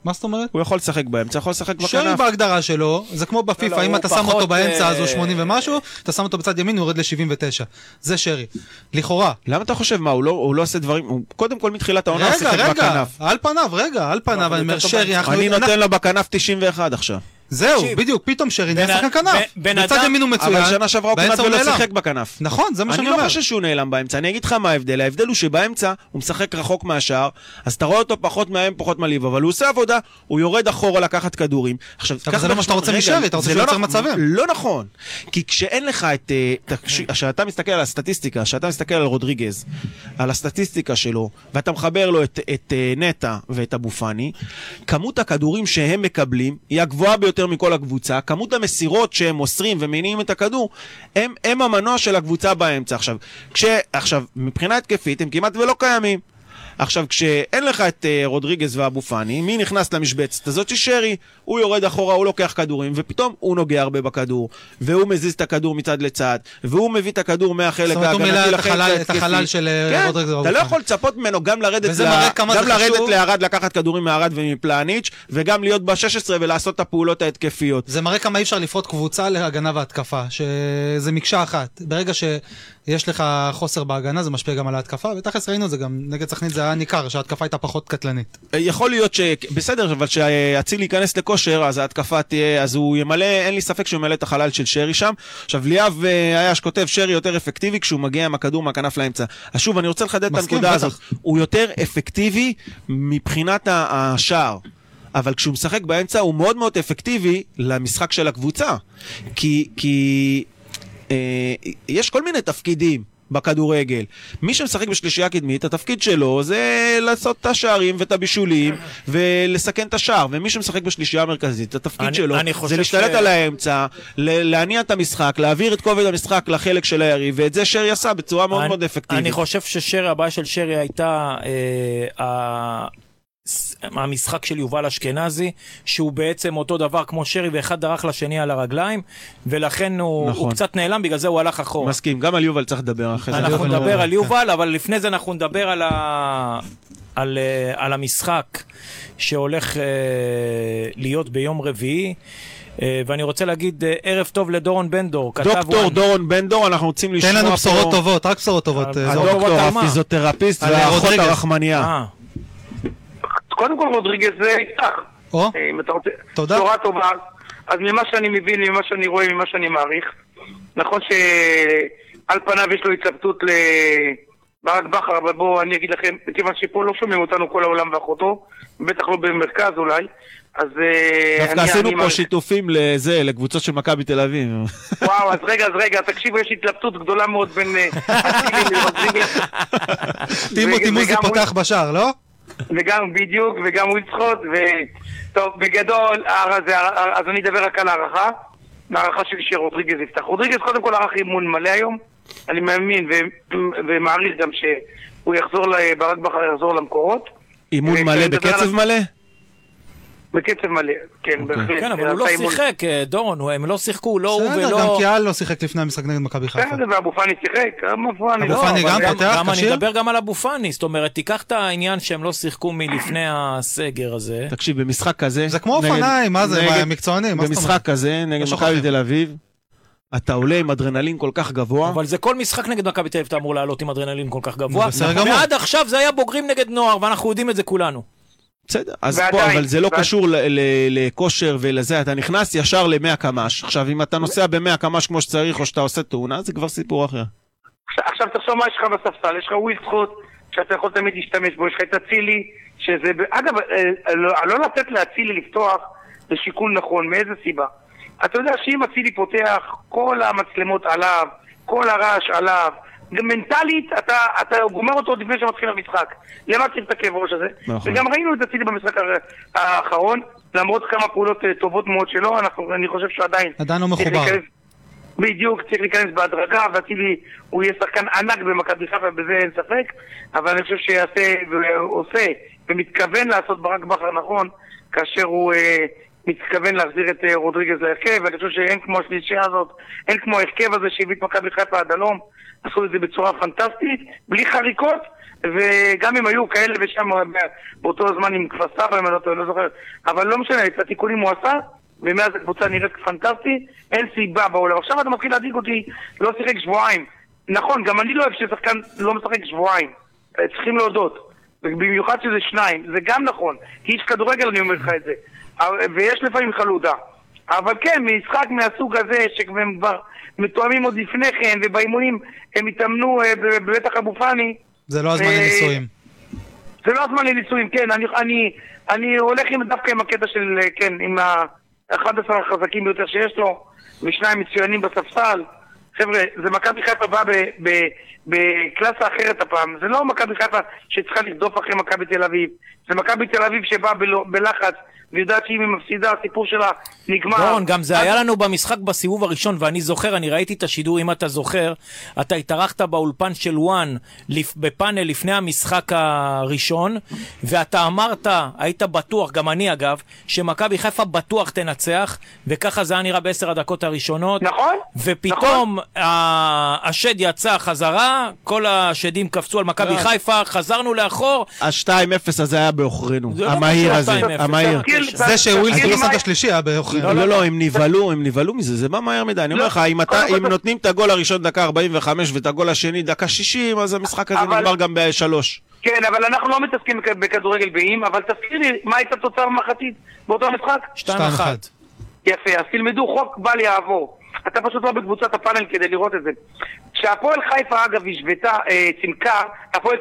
מה זאת אומרת? הוא יכול לשחק באמצע, יכול לשחק בכנף. שרי בהגדרה שלו, זה כמו בפיפה, אם אתה שם אותו באמצע אז הוא 80 ומשהו, אתה שם אותו בצד ימין, הוא יורד ל-79. זה שרי. לכאורה. למה אתה חושב מה? הוא לא עושה דברים, הוא קודם כל מתחילת העונה שיחק בכנף. על פניו, אני אומר שרי, אני נותן לו בכנף 91 עכשיו. זהו, בדיוק, פתאום שרי נהיה שחקן כנף. בצד ימין הוא מצוין. אבל שנה שעברה הוא כמעט ולא שיחק בכנף. נכון, זה מה שאני אומר. אני לא חושב שהוא נעלם באמצע, אני אגיד לך מה ההבדל. ההבדל הוא שבאמצע הוא משחק רחוק מהשאר, אז אתה רואה אותו פחות מהם, פחות מליב, אבל הוא עושה עבודה, הוא יורד אחורה לקחת כדורים. אבל זה לא מה שאתה רוצה משרי, אתה רוצה שהוא יוצר מצבים. לא נכון, כי כשאין לך את... כשאתה מסתכל על הסטטיסטיקה, כשאתה מסתכל על רודריגז, על הסטטיסטיקה שלו, ואתה מחבר לו את נטה ואת אבו פאני, כמות הכדורים שהם מקבלים היא הגבוהה ביותר מכל הקבוצה. כמות המסירות שהם מוסרים ומניעים את הכדור, הם המנוע של הקבוצה באמצע. עכשיו, מבחינה התקפית הם כמעט ולא קיימים. עכשיו, כשאין לך את רודריגז ואבו פאני, מי נכנס למשבצת הזאת? שרי, הוא יורד אחורה, הוא לוקח כדורים, ופתאום הוא נוגע הרבה בכדור, והוא מזיז את הכדור מצד לצד, והוא מביא את הכדור מהחלק ההגנתי לחלק ההתקפי. את החלל של רודריגז ואבו פאני. אתה לא יכול לצפות ממנו גם לרדת לארד, לקחת כדורים מהרד ומפלניץ', וגם להיות ב-16 ולעשות את הפעולות ההתקפיות. זה מראה כמה אי אפשר לפרוט קבוצה להגנה והתקפה, שזה מקשה אחת. ברגע שיש לך חוסר בהגנה, זה משפיע גם על ההתקפה, ותכף ראינו זה גם נגד סכנין זה היה ניכר, שההתקפה הייתה פחות קטלנית. יכול להיות בסדר, אבל שהציל להיכנס לכושר, אז ההתקפה תהיה, אז הוא ימלא, אין לי ספק שהוא ימלא את החלל של שרי שם. עכשיו, ליאב היה שכותב שרי יותר אפקטיבי כשהוא מגיע עם הכדור מהכנף לאמצע. אז שוב, אני רוצה לחדד את הנקודה הזאת. הוא יותר אפקטיבי מבחינת השער. אבל כשהוא משחק באמצע, הוא מאוד מאוד אפקטיבי למשחק של הקבוצה. כי יש כל מיני תפקידים בכדורגל. מי שמשחק בשלישייה קדמית, התפקיד שלו זה לעשות את השערים ואת הבישולים ולסכן את השער, ומי שמשחק בשלישייה המרכזית, התפקיד שלו זה להשתלט על האמצע, להניע את המשחק, להעביר את כובד המשחק לחלק של היריב, ואת זה שרי עשה בצורה מאוד מאוד אפקטיבית. אני חושב ששרי, הבעיה של שרי הייתה המשחק של יובל אשכנזי, שהוא בעצם אותו דבר כמו שרי, ואחד דרך לשני על הרגליים, ולכן הוא קצת נעלם, בגלל זה הוא הלך אחורה. מסכים, גם על יובל צריך לדבר אחרי זה. אנחנו נדבר על יובל, אבל לפני זה אנחנו נדבר על המשחק שהולך להיות ביום רביעי, ואני רוצה להגיד ערב טוב לדורון בנדור. דוקטור דורון בנדור, אנחנו רוצים לשמוע פה... תן לנו בשורות טובות, רק בשורות טובות. הדוקטור, הפיזיותרפיסט והאחות הרחמניה. קודם כל רודריגז זה איתך. אם אתה רוצה... תודה. תורה טובה. אז ממה שאני מבין, ממה שאני רואה, ממה שאני מעריך, נכון שעל פניו יש לו התלבטות לברק בכר, אבל בואו אני אגיד לכם, כיוון שפה לא שומעים אותנו כל העולם ואחותו, בטח לא במרכז אולי, אז... דווקא עשינו פה שיתופים לזה, לקבוצות של מכבי תל אביב. וואו, אז רגע, תקשיבו, יש התלבטות גדולה מאוד בין אצילי לרודריגז. טימוזי פותח בשער, לא? וגם בדיוק, וגם הוא יצחוט, וטוב, בגדול, אז אני אדבר רק על הערכה שלי שרודריגז יפתח. רודריגז קודם כל ערך אימון מלא היום, אני מאמין ומעריך גם שהוא יחזור, ברק בכר יחזור למקורות. אימון מלא בקצב מלא? בקצב מלא, כן, בהחלט. כן, אבל הוא לא שיחק, דורון, הם לא שיחקו, לא הוא ולא... בסדר, גם קיאל לא שיחק לפני המשחק נגד מכבי חיפה. בסדר, ואבו פאני שיחק, אבו פאני גם פותח, גם אני מדבר גם על אבו פאני, זאת אומרת, תיקח את העניין שהם לא שיחקו מלפני הסגר הזה. תקשיב, במשחק כזה... זה כמו אופניים, מה זה, מקצוענים? במשחק כזה, נגד מכבי תל אביב, אתה עולה עם אדרנלין כל כך גבוה. אבל זה כל משחק נגד מכבי תל אביב אתה אמור לעלות עם אדרנלין כל כך גבוה. ועד עכשיו זה היה בוגרים נגד נוער, ואנחנו יודעים את זה כולנו. בסדר, אז פה, אבל זה לא קשור לכושר ולזה, אתה נכנס ישר ל-100 קמ"ש. עכשיו, אם אתה נוסע ב-100 קמ"ש כמו שצריך, או שאתה עושה תאונה, זה כבר סיפור אחר. עכשיו תחשוב מה יש לך בספסל, יש לך וויל זכות, שאתה יכול תמיד להשתמש בו, יש לך את אצילי, שזה, אגב, לא לתת לאצילי לפתוח, זה שיקול נכון, מאיזה סיבה? אתה יודע שאם אצילי פותח, כל המצלמות עליו, כל הרעש עליו, מנטלית, אתה גומר אותו עוד לפני שמתחיל המשחק. למה צריך את הכאב ראש הזה? וגם ראינו את אצילי במשחק האחרון, למרות כמה פעולות טובות מאוד שלו, אני חושב שעדיין... עדיין לא מחובר. בדיוק, צריך להיכנס בהדרגה, ואצילי הוא יהיה שחקן ענק במכבי חיפה, בזה אין ספק, אבל אני חושב שיעשה ועושה ומתכוון לעשות ברק בכר נכון, כאשר הוא מתכוון להחזיר את רודריגז להרכב, ואני חושב שאין כמו השלישייה הזאת, אין כמו ההרכב הזה שהביא את מכבי חיפה עד הלום, עשו את זה בצורה פנטסטית, בלי חריקות, וגם אם היו כאלה ושם באותו זמן עם כפר סבא, אם אני לא זוכר, אבל לא משנה, את התיקונים הוא עשה, ומאז הקבוצה נראית פנטסטי, אין סיבה בעולם. עכשיו אתה מתחיל להדיג אותי, לא שיחק שבועיים. נכון, גם אני לא אוהב ששחקן לא משחק שבועיים. צריכים להודות. במיוחד שזה 2, זה גם נכון. כי איש כדורגל אני אומר לך את זה. ויש לפעמים חלודה. אבל כן, משחק מהסוג הזה, שהם כבר מתואמים עוד לפני כן, ובאימונים הם התאמנו בבטח אבו פאני. זה לא הזמן לניסויים. זה לא הזמן לניסויים, כן. אני הולך דווקא עם הקטע של, כן, עם 11 החזקים ביותר שיש לו, ושניים מצוינים בספסל. חבר'ה, זה מכבי חיפה באה בקלאסה אחרת הפעם. זה לא מכבי חיפה שצריכה לרדוף אחרי מכבי תל אביב. זה מכבי תל אביב שבאה בלחץ, ויודעת שאם היא מפסידה, הסיפור שלה נגמר. דורון, גם זה היה לנו במשחק בסיבוב הראשון, ואני זוכר, אני ראיתי את השידור, אם אתה זוכר, אתה התארחת באולפן של וואן, בפאנל לפני המשחק הראשון, ואתה אמרת, היית בטוח, גם אני אגב, שמכבי חיפה בטוח תנצח, וככה זה היה נראה ב10 הדקות הראשונות. נכון. ופתאום השד יצא חזרה, כל השדים קפצו על מכבי חיפה, חזרנו לאחור. ה-2-0 הזה היה באוכרינו, המהיר הזה, המהיר. זה שווילסקי לא שם את השלישי היה באוכרינו. לא, הם נבהלו מזה, זה בא מהר מדי. אני אומר לך, אם נותנים את הגול הראשון דקה 45 ואת הגול השני דקה 60, אז המשחק הזה נגמר גם ב3. כן, אבל אנחנו לא מתעסקים בכדורגל באים, אבל תזכיר לי, מה הייתה תוצאה מחצית באותו משחק? 2-1. יפה, אז תלמדו חוק בל יעבור. אתה פשוט לא בקבוצת הפאנל כדי לראות את זה. כשהפועל חיפה אגב השוותה צמקה, הפועל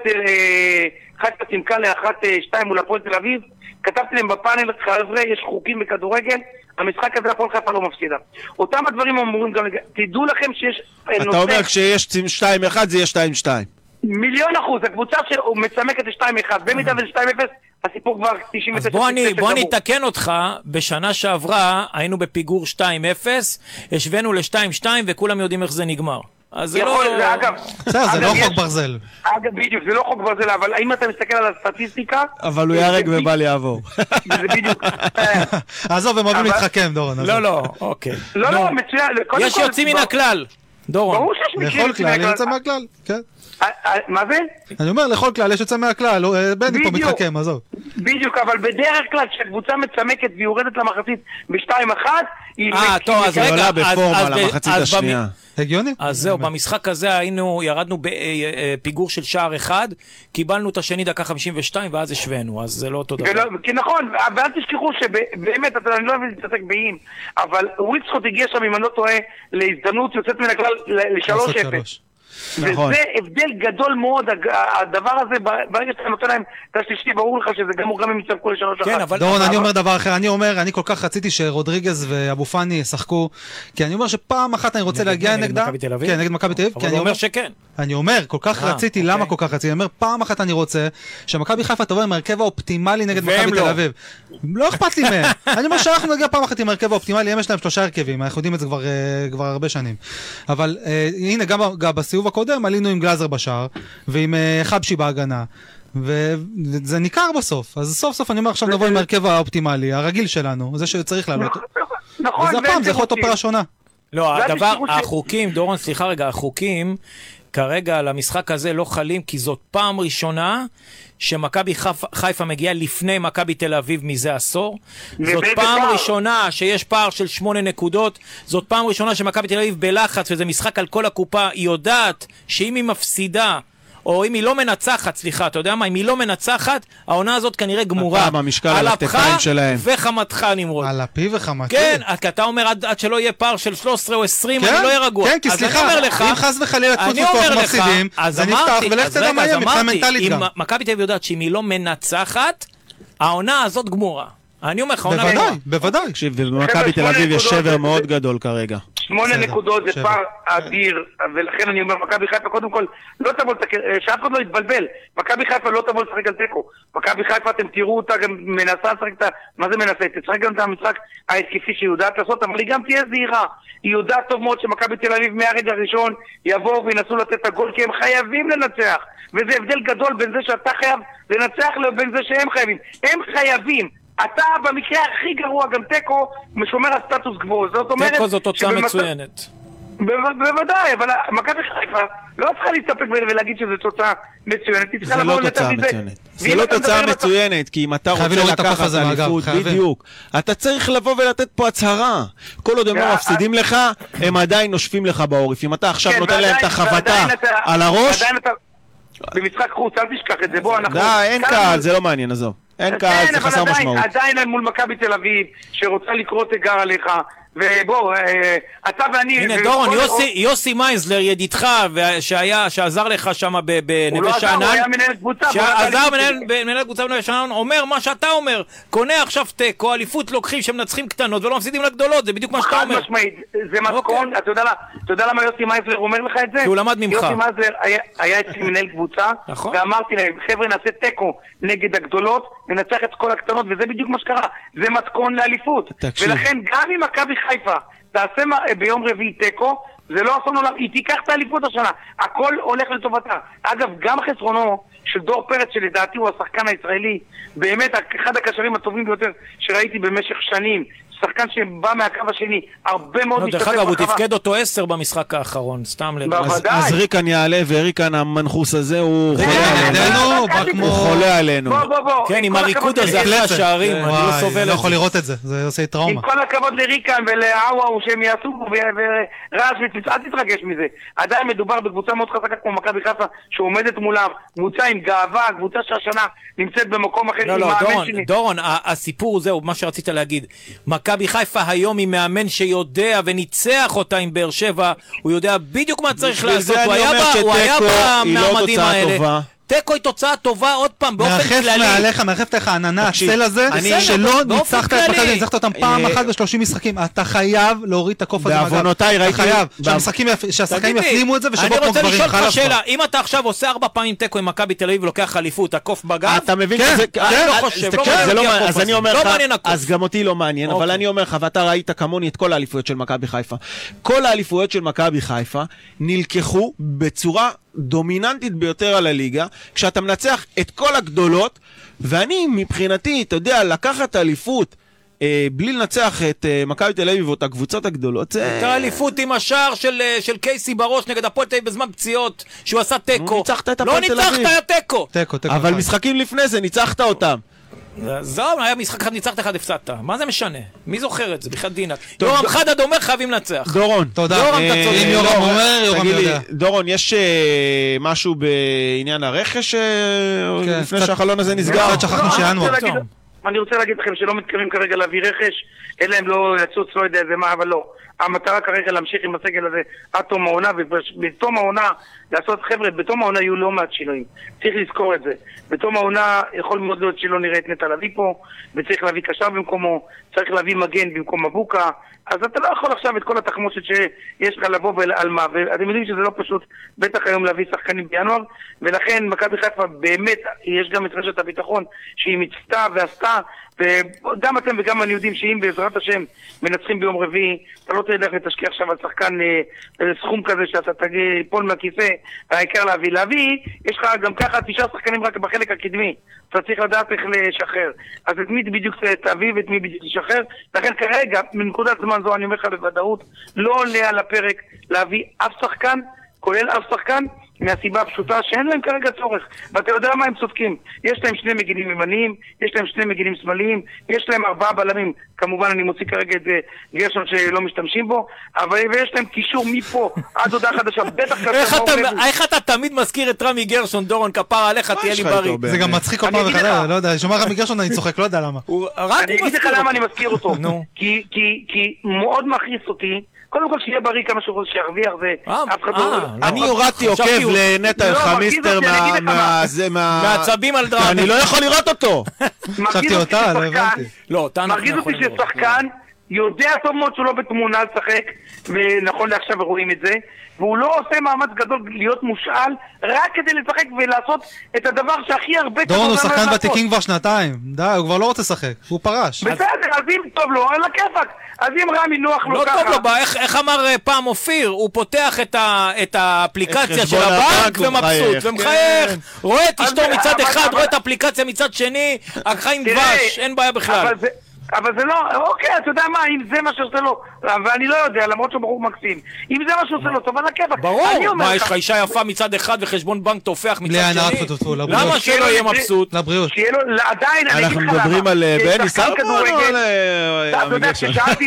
חיפה צמקה ל1-2 מול הפועל תל אביב, כתבתי להם בפאנל, חבר'ה, יש חוקים בכדורגל, המשחק הזה הפועל חיפה לא מפסידה. אותם הדברים אמורים גם, תדעו לכם שיש נושא... אתה אומר כשיש 2-1 זה יהיה 2-2. 1,000,000%, הקבוצה שמצמקת 2-1, במידה וזה 2-0, הסיפור כבר 99. אז בוא אני אתקן אותך, בשנה שעברה היינו בפיגור 2-0, השווינו ל-2-2 וכולם יודעים איך זה נגמר. אז זה לא... אגב, זה לא חוק ברזל. אגב, בדיוק, זה לא חוק ברזל, אבל אם אתה מסתכל על הסטטיסטיקה... אבל הוא ירק ובל יעבור. זה בדיוק... עזוב, הם אוהבים להתחכם, דורון. לא, אוקיי. לא, מצוין. יש יוצאים מן הכלל, דורון. ברור שיש מקרים לכל כלל, יש יוצא מהכלל, כן. מה זה? אני אומר, לכל כלל יש יוצא מהכלל, בני פה מתחכם, עזוב. בדיוק, אבל בדרך כלל כשהקבוצה מצמקת והיא יורדת למחצית ב-2-1, היא... טוב, אז רגע, עולה בפורמה למחצית השנייה. הגיוני? אז זהו, במשחק הזה ירדנו בפיגור של שער אחד, קיבלנו את השני דקה 52 ואז השווינו, אז זה לא אותו דבר. כי נכון, ואל תשכחו שבאמת, אני לא אוהב להתעסק באיים, אבל ווילסקוט הגיע שם, אם אני לא טועה, להזדמנות יוצאת מן הכלל ל-3-0. וזה הבדל גדול מאוד, הדבר הזה, ברגע שאתה נותן להם את השלישי, ברור לך שזה גם הם יצטרקו ל-3-1. דורון, אני אומר דבר אחר, אני כל כך רציתי שרודריגז ואבו פאני ישחקו, כי אני אומר שפעם אחת אני רוצה להגיע נגדה, כן, נגד מכבי תל אביב, אבל הוא אומר שכן. אני אומר, כל כך רציתי, למה כל כך רציתי? אני אומר, פעם אחת אני רוצה שמכבי חיפה תבוא עם הרכב האופטימלי נגד מכבי תל אביב. לא אכפת לי מהם. אני אומר שאנחנו נגיע פעם אחת עם הרכב האופטימלי, יש להם 3 הרכבים, אנחנו יודעים את זה כבר הרבה שנים. אבל הנה, גם בסיבוב הקודם עלינו עם גלאזר בשער, ועם חבשי בהגנה, וזה ניכר בסוף. אז סוף סוף אני אומר עכשיו נבוא עם הרכב האופטימלי, הרגיל שלנו, זה שצריך לעלות. נכון, וזה הפעם, זה יכול להיות אופרה שונה. לא, הדבר, החוקים, דורון, סליחה רגע, החוקים כרגע למשחק הזה לא חלים, כי זאת פעם ראשונה שמכבי חיפה מגיעה לפני מכבי תל אביב מזה עשור. זאת פעם ראשונה שיש פער של 8 נקודות. זאת פעם ראשונה שמכבי תל אביב בלחץ, וזה משחק על כל הקופה. היא יודעת שאם היא מפסידה, או אם היא לא מנצחת, סליחה, אתה יודע מה? אם היא לא מנצחת, העונה הזאת כנראה גמורה. הפעם המשקל על הכתפיים שלהם. וחמתך נמרוד. על הפי וחמתי. כן, אתה אומר עד שלא יהיה פער של 13 או 20, אני לא אהיה רגוע. כן, כי סליחה, אם חס וחלילה תפוץ וכוח מפסידים, זה נפתח, ולך תדע מה יהיה, מבחינה מנטלית גם. מכבי תל אביב יודעת שאם היא לא מנצחת, העונה הזאת גמורה. אני אומר לך, עונה גמורה. בוודאי. תקשיב, במכבי תל אביב יש שבר מאוד גדול כרגע. 8 נקודות זה פער אדיר, ולכן אני אומר, מכבי חיפה קודם כל לא תבוא, שאף אחד לא יתבלבל, מכבי חיפה לא תבוא לשחק על תיקו, מכבי חיפה אתם תראו אותה גם מנסה לשחק, מה זה מנסה? תשחק גם את המשחק ההתקפי שהיא יודעת לעשות, אבל היא גם תהיה זהירה, היא יודעת טוב מאוד שמכבי תל אביב מהרגע הראשון יבואו וינסו לתת את הגול, כי הם חייבים לנצח, וזה הבדל גדול בין זה שאתה חייב לנצח לבין זה שהם חייבים, הם חייבים. אתה במקרה הכי גרוע גם טקו משומר הסטטוס גבוה. זאת אומרת טקו זאת תוצאה מצוינת. בוודאי, אבל מכבי חיפה לא צריכה להסתפק ולהגיד שזו תוצאה מצוינת. זה לא תוצאה מצוינת. זה לא תוצאה מצוינת, כי אם אתה רוצה לקחת אליפות, בדיוק, אתה צריך לבוא ולתת פה הצהרה. כל עוד הם לא מפסידים לך, הם עדיין נושפים לך בעורף. אם אתה עכשיו נותן להם את החבטה על הראש... במשחק חוץ, אל תשכח את זה, בוא אנחנו... אין קהל, זה לא מעניין, עזוב. אין קהל, זה חסר משמעות. עדיין מול מכבי תל אביב, שרוצה לקרוא תיגר עליך, ובוא, אתה ואני... הנה דורון, יוסי מייזלר, ידידך, שעזר לך שם בנווה שאנן, הוא היה מנהל קבוצה, שעזר מנהל קבוצה בנווה שאנן, אומר מה שאתה אומר, קונה עכשיו תיקו, אליפות לוקחים שמנצחים קטנות ולא מפסידים לגדולות, זה בדיוק מה שאתה אומר. חד משמעית, זה מתכון, אתה יודע למה יוסי מייזלר אומר לך את זה? כי הוא למד ממך. יוסי מייזלר היה אצלי מנהל קבוצה, ואמרתי להם, חבר'ה נעשה תיקו נגד הגדולות, ננצח את כל הקטנות, וזה בדיוק מה שקרה, זה מתכון לאליפות. ולכן גם אם מכבי חיפה תעשה ביום רביעי תיקו, זה לא אסון עולם, היא תיקח את האליפות השנה, הכל הולך לטובתה. אגב, גם חסרונו של דור פרץ, שלדעתי הוא השחקן הישראלי, באמת אחד הקשרים הטובים ביותר שראיתי במשך שנים, שחקן שבא מהקו השני, הרבה מאוד דרך אגב, הוא תפקד אותו 10 במשחק האחרון, סתם לדעת. אז ריקן יעלה, וריקן המנחוס הזה הוא חולה עלינו. כן, עם הריקוד הזה אחרי השערים, אני לא סובל את זה. אני לא יכול לראות את זה, זה עושה טראומה. עם כל הכבוד לריקן ולאוואו שהם יעשו ורעש וצפיץ, אל תתרגש מזה. עדיין מדובר בקבוצה מאוד חזקה כמו מכבי חיפה, שעומדת מולם, קבוצה עם גאווה, קבוצה שהשנה נמצאת במקום אחר. לא, דורון, הסיפור זהו, מה שרצית להגיד. מכבי חיפה היום היא מאמן שיודע וניצח אותה עם באר שבע, הוא יודע בדיוק מה צריך לעשות, הוא היה במעמדים האלה. תיקו היא תוצאה טובה עוד פעם, באופן כללי. מרחפת לך עננה, הצל הזה, שלא ניצחת את מכבי, ניצחת אותם פעם אחת ב30 משחקים. אתה חייב להוריד את הקוף הזה. בעוונותיי ראיתי... שהשחקנים יפנימו את זה ושבו כמו גברים. אני רוצה לשאול לך שאלה, אם אתה עכשיו עושה 4 פעמים תיקו עם מכבי תל אביב ולוקח אליפות, הקוף בגב? אתה מבין שזה... אני לא חושב, אז אני אומר לך, אז גם אותי לא מעניין, אבל אני אומר לך, ואתה ראית כמוני את כל האליפויות של מכבי חיפה. כל האליפויות של מכבי חיפה נלקחו בצורה דומיננטית ביותר על הליגה, כשאתה מנצח את כל הגדולות, ואני מבחינתי, אתה יודע, לקחת אליפות בלי לנצח את מכבי תל אביב או את הקבוצות הגדולות, זה... את האליפות עם השער של קייסי בראש נגד הפועל תל אביב בזמן פציעות, שהוא עשה תיקו. לא ניצחת, היה תיקו. אבל משחקים לפני זה, ניצחת אותם. זהו, היה משחק אחד ניצחת אחד הפסדת. מה זה משנה? מי זוכר את זה? בכלל דינק. יורם חדד אומר חייבים לנצח. דורון. תודה. יורם אתה צודק. אם יורם אומר, יורם יודע. דורון, יש משהו בעניין הרכש לפני שהחלון הזה נסגר? שכחנו שינואר. אני רוצה להגיד לכם שלא מתכוונים כרגע להביא רכש, אלא הם לא יצוץ, לא יודע איזה מה, אבל לא. המטרה כרגע להמשיך עם הסגל הזה עד תום העונה, ובתום העונה לעשות, חבר'ה, בתום העונה יהיו לא מעט שינויים. צריך לזכור את זה. בתום העונה יכול מאוד להיות שלא נראה את נטע לביא פה, וצריך להביא קשר במקומו, צריך להביא מגן במקום מבוקה, אז אתה לא יכול עכשיו את כל התחמושת שיש לך לבוא ועל מה, ואתם יודעים שזה לא פשוט, בטח היום להביא שחקנים בינואר, ולכן מכבי חיפה באמת, יש גם את רשת הביטחון שהיא מצטה ועשתה, וגם אתם וגם אני יודעים שאם בעזרת השם מנצחים ביום רביעי, אתה לא תלך ותשקיע עכשיו על שחקן סכום כזה שאתה תיפול מהכיסא, העיקר להביא, יש לך גם ככה 9 שחקנים רק בחלק הקדמי, אתה צריך לדעת איך לשחרר, אז את מי בדיוק תביא ואת מי בדיוק לשחרר, לכן כרגע, מנקודת זמן זו אני אומר לך בוודאות, לא עולה על הפרק להביא אף שחקן, כולל אף שחקן, מהסיבה הפשוטה שאין להם כרגע צורך, ואתה יודע מה הם צודקים, יש להם 2 מגינים ימניים, יש להם 2 מגינים שמאליים, יש להם 4 בלמים, כמובן אני מוציא כרגע את גרשון שלא משתמשים בו, אבל יש להם קישור מפה עד הודעה חדשה, בטח איך אתה תמיד מזכיר את רמי גרשון, דורון, כפרה עליך, תהיה לי בריא. זה גם מצחיק כל פעם וחדה, לא יודע, שומע רמי גרשון אני צוחק, לא יודע למה. אני אגיד לך למה אני מזכיר אותו, כי מאוד מכעיס אותי, קודם כל שיהיה בריא כמה שהוא שירוויח אני הורדתי עוקב לנטע חמיסטר מהעצבים על דרמה. אני לא יכול לראות אותו. חשבתי אותה, לא הבנתי. מרגיז אותי ששחקן יודע טוב מאוד שהוא לא בתמונה לשחק, ונכון לעכשיו רואים את זה, והוא לא עושה מאמץ גדול להיות מושאל רק כדי לשחק ולעשות את הדבר שהכי הרבה... דורון הוא שחקן ותיקים כבר 2, די, הוא כבר לא רוצה לשחק, הוא פרש. בסדר, אז אם טוב לו, על הכיפק, אז אם רמי נוח לו ככה... לא טוב לו, איך אמר פעם אופיר, הוא פותח את האפליקציה של הבנק ומבסוט, ומחייך, רואה את אשתו מצד אחד, רואה את האפליקציה מצד שני, החיים דבש, אין בעיה בכלל. אבל זה לא, אוקיי, אתה יודע מה, אם זה מה שעושה לו, ואני לא יודע, למרות שהוא בחור מקסים, אם זה מה שעושה לו, טוב, על הכיפק. ברור, מה, יש לך אישה יפה מצד אחד וחשבון בנק תופח מצד שני? למה שלא יהיה מבסוט? לבריאות. עדיין, אני אגיד לך למה. אנחנו מדברים על בני סרפון או על אתה יודע, כששאלתי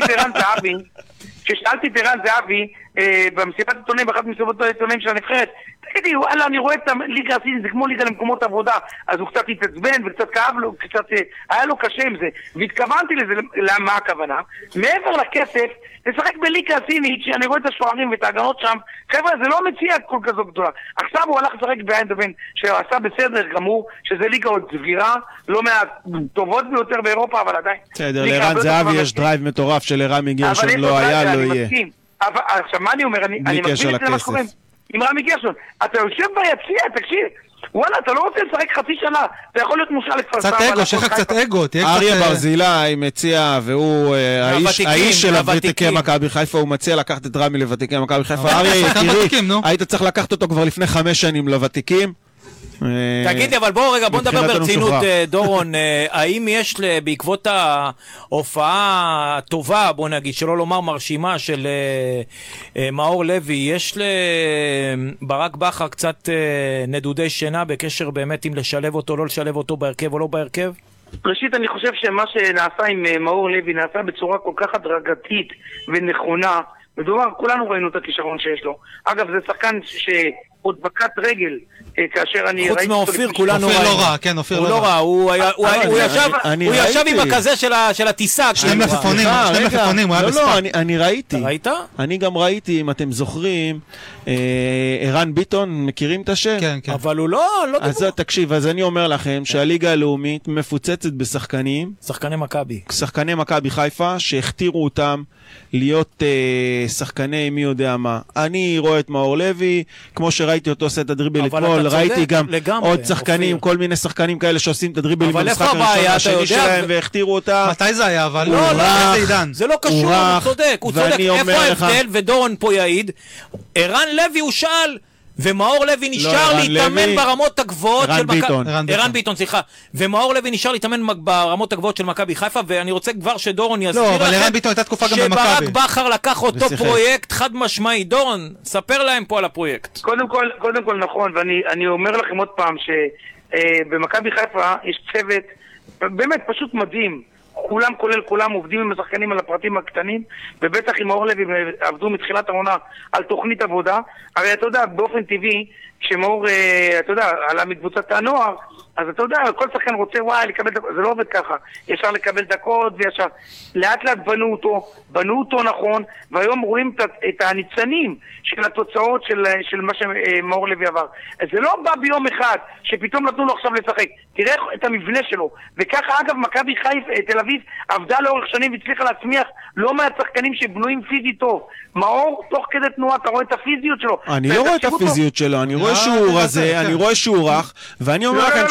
את ערן זהבי, במסיבת עיתונאים, באחת מסיבות העיתונאים של הנבחרת, תגידי, וואלה, אני רואה את הליגה הסינית, זה כמו ליגה למקומות עבודה, אז הוא קצת התעצבן וקצת כאב לו, קצת היה לו קשה עם זה, והתכוונתי לזה, למה הכוונה? מעבר לכסף, לשחק בליגה הסינית, שאני רואה את השוערים ואת ההגנות שם, חבר'ה, זה לא מציע כל כזו גדולה. עכשיו הוא הלך לשחק באיינדהובן, שעשה בסדר גמור, שזה ליגה עוד סבירה, לא מהטובות ביותר באירופה, אבל עדיין. בסדר, לערן זהבי יש דרייב מטורף שלרמי גרשון לא היה, לא יהיה. עכשיו, מה אני אומר? אני מגביל את זה למה שקוראים. עם רמי גרשון, אתה יושב ביציע, תקשיב, וואלה, אתה לא רוצה לשחק חצי שנה, אתה יכול להיות מושל לכפר סבא. קצת אגו, שיש לך קצת אגו. אריה ברזילי מציע, והוא האיש של הוותיקי מכבי חיפה, הוא מציע לקחת את רמי לוותיקי מכבי חיפה. אריה יקירי, היית צריך לקחת אותו כבר לפני 5 שנים לוותיקים. תגידי, אבל בואו נדבר ברצינות, דורון, האם יש בעקבות ההופעה הטובה, בוא נגיד, שלא לומר מרשימה של מאור לוי, יש לברק בכר קצת נדודי שינה בקשר באמת אם לשלב אותו, לא לשלב אותו בהרכב או לא בהרכב? ראשית, אני חושב שמה שנעשה עם מאור לוי נעשה בצורה כל כך הדרגתית ונכונה, מדובר, כולנו ראינו את הכישרון שיש לו. אגב, זה שחקן שעוד בקת רגל, כאשר אני חוץ מאופיר, כולנו ראינו. אופיר לא רע, כן, אופיר לא רע. הוא ישב עם הכזה של הטיסה. שני מלפפונים, הוא היה בספק. לא, אני ראיתי. ראית? אני גם ראיתי, אם אתם זוכרים, ערן ביטון, מכירים את השם? כן, כן. אבל הוא לא אז תקשיב, אז אני אומר לכם שהליגה הלאומית מפוצצת בשחקנים. שחקני מכבי. שחקני מכבי חיפה, שהכתירו אותם להיות שחקני מי יודע מה. אני רואה את מאור לוי, כמו שראיתי אותו עושה את הדריבל אתמול, ראיתי גם עוד שחקנים, כל מיני שחקנים כאלה שעושים את הדריבלים במשחק הראשון השני שלהם והכתירו אותם. מתי זה היה? אבל לא, זה לא קשור, הוא צודק. איפה ההבדל, ודורון פה יעיד, ערן לוי הוא שאל, ומאור לוי נשאר להתאמן ברמות הגבוהות של ערן ביטון, סליחה. ומאור לוי נשאר להתאמן ברמות הגבוהות של מכבי חיפה, ואני רוצה כבר שדורון יסביר לכם. לא, אבל ערן ביטון הייתה תקופה גם במכבי. שברק בכר לקח אותו פרויקט חד משמעי. דורון, ספר להם פה על הפרויקט. קודם כל נכון, ואני אומר לכם עוד פעם שבמכבי חיפה יש צוות באמת פשוט מדהים. כולם כולל כולם עובדים עם השחקנים על הפרטים הקטנים, ובטח עם מאור לוי עבדו מתחילת העונה על תוכנית עבודה. הרי אתה יודע, באופן טבעי, כשמאור, אתה יודע, עלה מקבוצת הנוער, אז אתה יודע, כל שחקן רוצה, וואי, לקבל דקות, זה לא עובד ככה. ישר לקבל דקות וישר. לאט לאט בנו אותו נכון, והיום רואים את הניצנים של התוצאות של מה שמאור לוי עבר. אז זה לא בא ביום אחד, שפתאום נתנו לו עכשיו לשחק. תראה את המבנה שלו. וככה, אגב, מכבי חיפה, תל אביב, עבדה לאורך שנים והצליחה להצמיח לא מעט שחקנים שבנויים פיזית טוב. מאור, תוך כדי תנועה, אתה רואה את הפיזיות שלו. אני לא רואה את הפיזיות שלו, אני רואה שהוא רזה, אני רואה שהוא רך, ואני אומר לכם